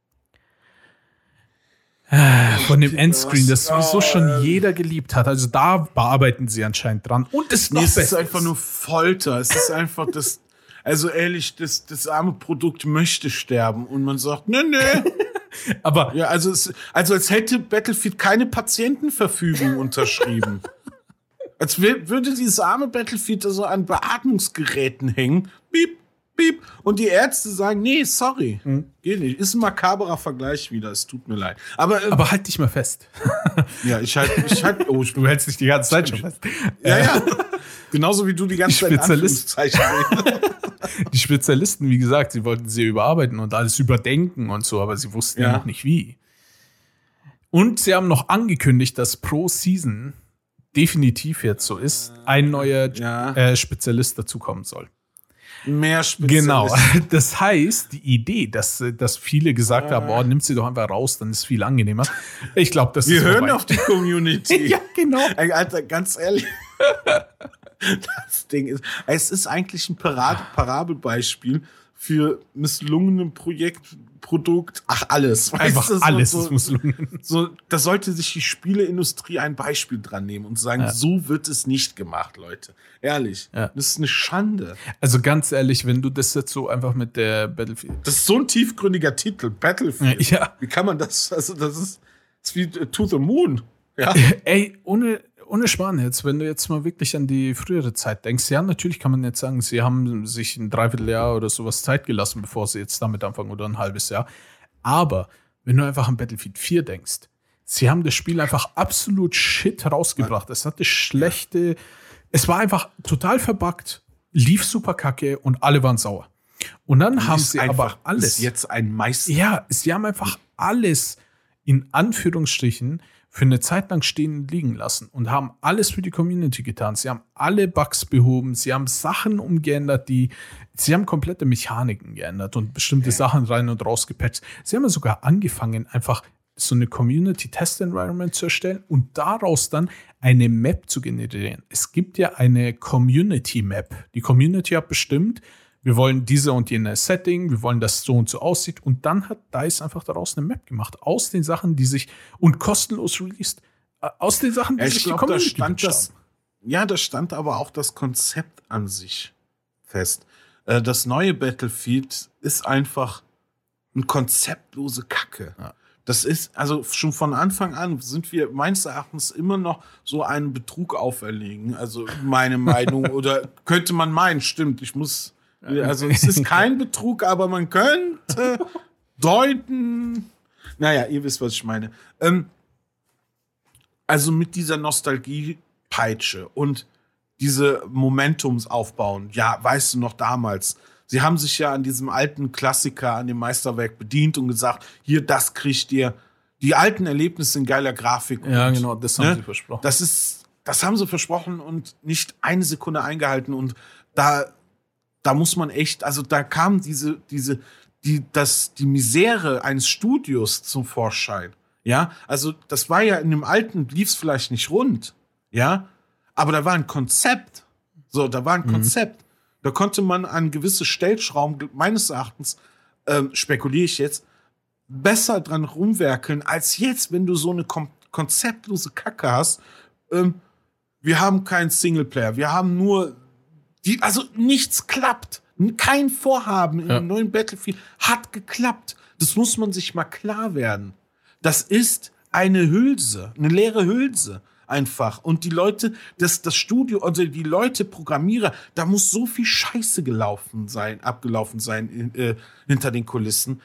Von dem Endscreen, das sowieso schon jeder geliebt hat. Also da bearbeiten sie anscheinend dran. Und es ist einfach nur Folter. Es ist einfach das, also ehrlich, das arme Produkt möchte sterben. Und man sagt, nee. Aber Ja, also als hätte Battlefield keine Patientenverfügung unterschrieben. Als würde dieses arme Battlefield so an Beatmungsgeräten hängen. Piep, piep. Und die Ärzte sagen, nee, sorry. Geht nicht. Ist ein makaberer Vergleich wieder. Es tut mir leid. aber halt dich mal fest. Ja, ich halt, Du hältst dich die ganze Zeit schon fest. ja. Genauso wie du die ganze Zeit in Spezialist. Anführungszeichen. Die Spezialisten, wie gesagt, sie wollten sie überarbeiten und alles überdenken und so, aber sie wussten ja noch nicht wie. Und sie haben noch angekündigt, dass pro Season definitiv jetzt so ist, ein neuer Spezialist dazukommen soll. Mehr Spezialisten. Genau. Das heißt, die Idee, dass viele gesagt haben, nimm sie doch einfach raus, dann ist es viel angenehmer. Ich glaube, das Wir ist hören vorbei. auf die Community. Ja, genau. Ey, Alter, ganz ehrlich. Das Ding ist, es ist eigentlich ein Parabelbeispiel für misslungene Produkt, alles. Einfach weißt du, alles ist misslungen. So, da sollte sich die Spieleindustrie ein Beispiel dran nehmen und sagen, so wird es nicht gemacht, Leute. Ehrlich, das ist eine Schande. Also ganz ehrlich, wenn du das jetzt so einfach mit der Battlefield... Das ist so ein tiefgründiger Titel, Battlefield. Ja. Wie kann man das, also das ist wie To the Moon. Ja. Ey, ohne Schmarrn jetzt, wenn du jetzt mal wirklich an die frühere Zeit denkst, ja, natürlich kann man jetzt sagen, sie haben sich ein Dreivierteljahr oder sowas Zeit gelassen, bevor sie jetzt damit anfangen oder ein halbes Jahr. Aber wenn du einfach an Battlefield 4 denkst, sie haben das Spiel einfach absolut shit rausgebracht. Es hatte schlechte, es war einfach total verbuggt, lief super kacke und alle waren sauer. Und dann haben sie aber alles. Ist jetzt ein Meister. Ja, sie haben einfach alles in Anführungsstrichen für eine Zeit lang stehen und liegen lassen und haben alles für die Community getan. Sie haben alle Bugs behoben, sie haben Sachen umgeändert, sie haben komplette Mechaniken geändert und bestimmte Sachen rein und raus gepatcht. Sie haben ja sogar angefangen, einfach so eine Community-Test-Environment zu erstellen und daraus dann eine Map zu generieren. Es gibt ja eine Community-Map. Die Community hat bestimmt, wir wollen diese und jene Setting, wir wollen, dass es so und so aussieht. Und dann hat DICE einfach daraus eine Map gemacht. Aus den Sachen, die sich, und kostenlos released, aus den Sachen, die sich die Community gewünscht haben. Ja, da stand aber auch das Konzept an sich fest. Das neue Battlefield ist einfach eine konzeptlose Kacke. Ja. Das ist, also schon von Anfang an sind wir meines Erachtens immer noch so einen Betrug auferlegen. Also meine Meinung, oder könnte man meinen, stimmt, also es ist kein Betrug, aber man könnte deuten. Naja, ihr wisst, was ich meine. Also mit dieser Nostalgie-Peitsche und diese Momentums aufbauen. Ja, weißt du noch damals, sie haben sich ja an diesem alten Klassiker, an dem Meisterwerk bedient und gesagt, hier, das kriegt ihr. Die alten Erlebnisse in geiler Grafik. Ja, und, genau, das haben sie versprochen. Das haben sie versprochen und nicht eine Sekunde eingehalten. Und da muss man echt, also da kam die Misere eines Studios zum Vorschein. Ja, also das war ja in dem alten, lief es vielleicht nicht rund. Ja, aber da war ein Konzept. So, da war ein Konzept. Da konnte man an gewisse Stellschrauben, meines Erachtens, spekuliere ich jetzt, besser dran rumwerkeln, als jetzt, wenn du so eine konzeptlose Kacke hast. Wir haben keinen Singleplayer, wir haben nur also nichts klappt. Kein Vorhaben im neuen Battlefield hat geklappt. Das muss man sich mal klar werden. Das ist eine Hülse, eine leere Hülse einfach. Und die Leute, das Studio, also die Leute, Programmierer, da muss so viel Scheiße abgelaufen sein hinter den Kulissen.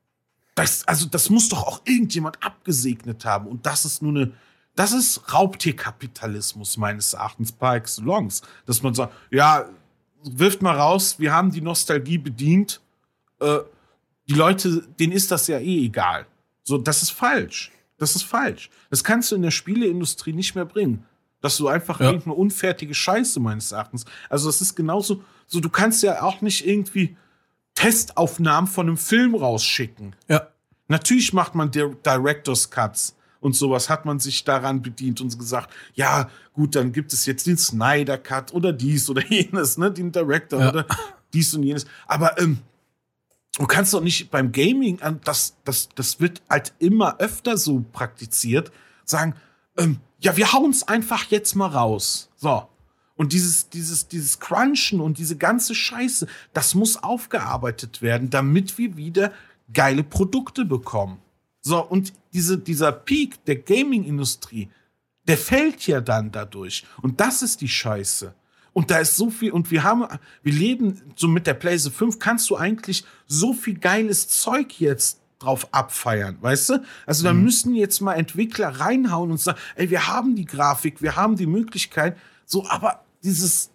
Das muss doch auch irgendjemand abgesegnet haben. Und das ist Raubtierkapitalismus meines Erachtens par excellence. Dass man sagt, ja, wirft mal raus, wir haben die Nostalgie bedient. Die Leute, denen ist das ja eh egal. So, das ist falsch. Das ist falsch. Das kannst du in der Spieleindustrie nicht mehr bringen. Dass du einfach irgendeine unfertige Scheiße meines Erachtens. Also das ist genauso, so du kannst ja auch nicht irgendwie Testaufnahmen von einem Film rausschicken. Ja. Natürlich macht man Director's Cuts und sowas, hat man sich daran bedient und gesagt, ja, gut, dann gibt es jetzt den Snyder Cut oder dies oder jenes, ne, den Director oder dies und jenes. Aber du kannst doch nicht beim Gaming, das wird halt immer öfter so praktiziert, sagen, ja, wir hauen's einfach jetzt mal raus. So. Und dieses Crunchen und diese ganze Scheiße, das muss aufgearbeitet werden, damit wir wieder geile Produkte bekommen. So, und dieser Peak der Gaming-Industrie, der fällt ja dann dadurch. Und das ist die Scheiße. Und da ist so viel, und wir leben so mit der PlayStation 5, kannst du eigentlich so viel geiles Zeug jetzt drauf abfeiern, weißt du? Also da müssen jetzt mal Entwickler reinhauen und sagen, ey, wir haben die Grafik, wir haben die Möglichkeit, so, aber dieses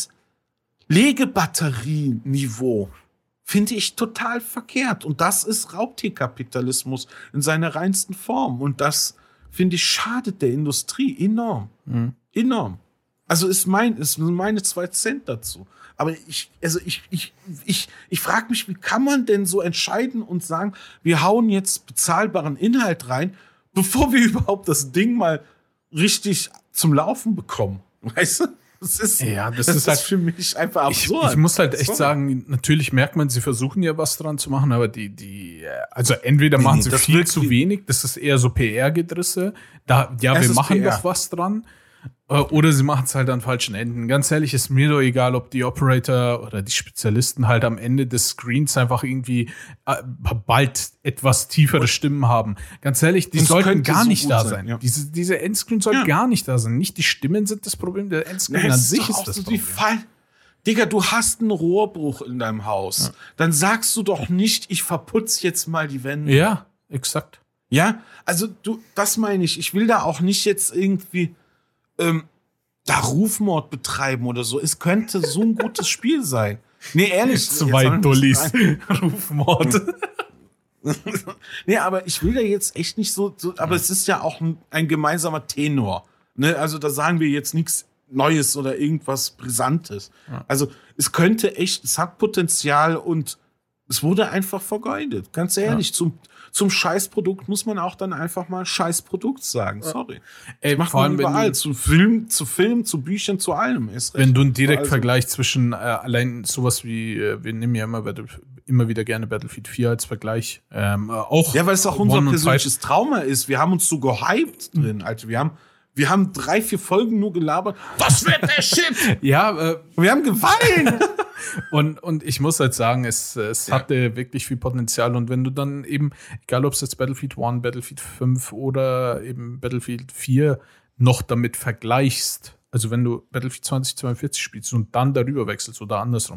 Legebatterie-Niveau finde ich total verkehrt. Und das ist Raubtierkapitalismus in seiner reinsten Form. Und das, finde ich, schadet der Industrie enorm. Enorm. Also ist meine 2 Cent dazu. Aber ich frage mich, wie kann man denn so entscheiden und sagen, wir hauen jetzt bezahlbaren Inhalt rein, bevor wir überhaupt das Ding mal richtig zum Laufen bekommen. Weißt du? Das ist halt für mich einfach absurd. Ich muss halt echt sagen, natürlich merkt man, sie versuchen ja was dran zu machen, aber also entweder machen sie viel zu wenig, das ist eher so PR-Gedrisse, wir machen doch was dran, oder sie machen es halt an falschen Enden. Ganz ehrlich, ist mir doch egal, ob die Operator oder die Spezialisten halt am Ende des Screens einfach irgendwie bald etwas tiefere Stimmen haben. Ganz ehrlich, die sollten gar nicht da sein. Ja. Diese Endscreen sollten gar nicht da sein. Nicht die Stimmen sind das Problem, der Endscreen an sich ist das Problem. Digga, du hast einen Rohrbruch in deinem Haus. Ja. Dann sagst du doch nicht, ich verputze jetzt mal die Wände. Ja, exakt. Ja, also das meine ich. Ich will da auch nicht jetzt irgendwie da Rufmord betreiben oder so. Es könnte so ein gutes Spiel sein. Nee, ehrlich. 2 Dullis. Rufmord. Nee, aber ich will da jetzt echt nicht so aber es ist ja auch ein gemeinsamer Tenor. Ne? Also da sagen wir jetzt nichts Neues oder irgendwas Brisantes. Ja. Also es hat Potenzial und es wurde einfach vergeudet. Ganz ehrlich, zum Scheißprodukt muss man auch dann einfach mal Scheißprodukt sagen. Sorry. Ey, macht man überall. Zu Film, zu Büchern, zu allem. Wenn du einen Direktvergleich zwischen allein sowas wie, wir nehmen ja immer wieder gerne Battlefield 4 als Vergleich. Auch weil es auch unser persönliches Trauma ist. Wir haben uns so gehypt drin. Also wir haben 3-4 Folgen nur gelabert. Das wird der Shit! Ja, wir haben geweint! Und ich muss halt sagen, es hatte wirklich viel Potenzial. Und wenn du dann eben, egal ob es jetzt Battlefield 1, Battlefield 5 oder eben Battlefield 4 noch damit vergleichst, also wenn du Battlefield 2042 spielst und dann darüber wechselst oder andersrum,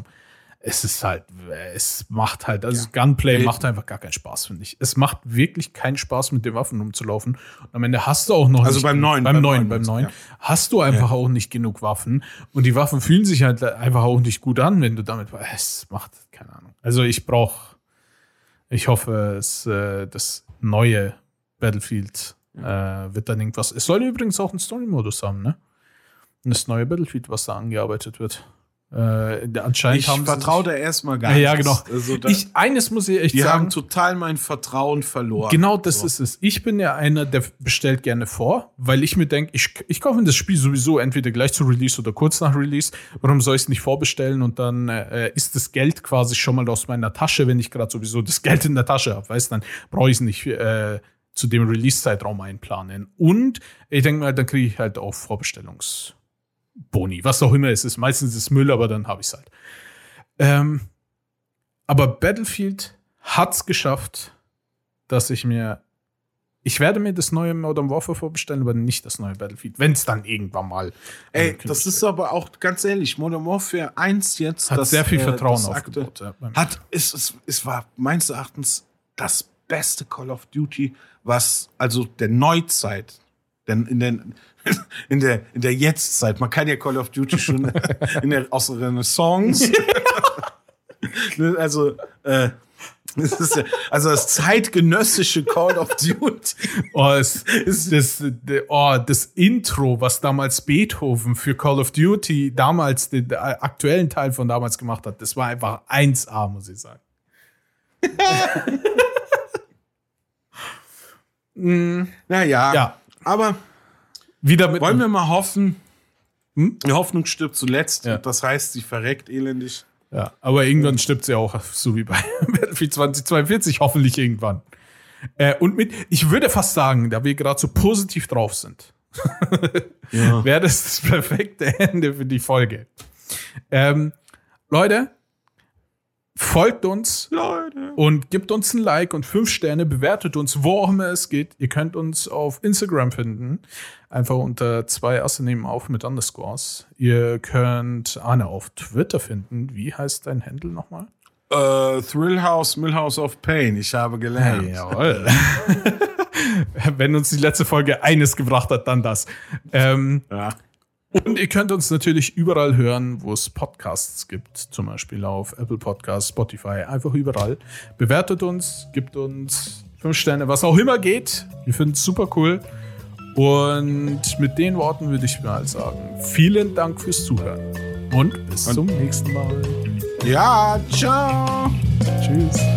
Gunplay macht einfach gar keinen Spaß, finde ich. Es macht wirklich keinen Spaß, mit den Waffen rumzulaufen. Und am Ende hast du auch noch beim neuen hast du einfach auch nicht genug Waffen. Und die Waffen fühlen sich halt einfach auch nicht gut an, wenn du damit, es macht, keine Ahnung. Also ich hoffe, das neue Battlefield wird dann irgendwas. Es soll übrigens auch einen Story-Modus haben, ne? Und das neue Battlefield, was da angearbeitet wird. Anscheinend ich vertraue da erstmal gar nicht. Ja, genau. Also eines muss ich echt sagen. Die haben total mein Vertrauen verloren. Genau, das ist es. Ich bin ja einer, der bestellt gerne vor, weil ich mir denke, ich kaufe mir das Spiel sowieso entweder gleich zu Release oder kurz nach Release. Warum soll ich es nicht vorbestellen? Und dann ist das Geld quasi schon mal aus meiner Tasche, wenn ich gerade sowieso das Geld in der Tasche habe. Weißt, dann brauche ich es nicht zu dem Release-Zeitraum einplanen. Und ich denke mal, dann kriege ich halt auch Vorbestellungsboni, was auch immer es ist. Meistens ist es Müll, aber dann habe ich es halt. Aber Battlefield hat es geschafft, dass ich werde mir das neue Modern Warfare vorbestellen, aber nicht das neue Battlefield, wenn es dann irgendwann mal. Das ist aber auch ganz ehrlich, Modern Warfare 1 jetzt hat sehr viel Vertrauen aufgebaut. Es war meines Erachtens das beste Call of Duty, was also der Neuzeit, denn in der Jetztzeit, man kann ja Call of Duty schon aus der Renaissance, also das zeitgenössische Call of Duty. Das Intro, was damals Beethoven für Call of Duty damals den aktuellen Teil von damals gemacht hat, das war einfach 1A, muss ich sagen. Naja, ja. Aber wollen wir mal hoffen, die Hoffnung stirbt zuletzt. Ja. Das heißt, sie verreckt elendig. Ja, aber irgendwann stirbt sie auch, so wie bei Battlefield 2042, hoffentlich irgendwann. Ich würde fast sagen, da wir gerade so positiv drauf sind, wäre das perfekte Ende für die Folge. Leute, folgt uns und gebt uns ein Like und 5 Sterne, bewertet uns, wo auch immer es geht. Ihr könnt uns auf Instagram finden, einfach unter 2 Asse nehmen auf mit Underscores. Ihr könnt Arne auf Twitter finden. Wie heißt dein Handle nochmal? Thrillhouse, Millhouse of Pain. Ich habe gelernt. Hey, jawohl. Wenn uns die letzte Folge eines gebracht hat, dann das. Ja. Und ihr könnt uns natürlich überall hören, wo es Podcasts gibt. Zum Beispiel auf Apple Podcasts, Spotify, einfach überall. Bewertet uns, gibt uns 5 Sterne, was auch immer geht. Wir finden es super cool. Und mit den Worten würde ich mal sagen, vielen Dank fürs Zuhören. Und bis zum nächsten Mal. Ja, ciao. Tschüss.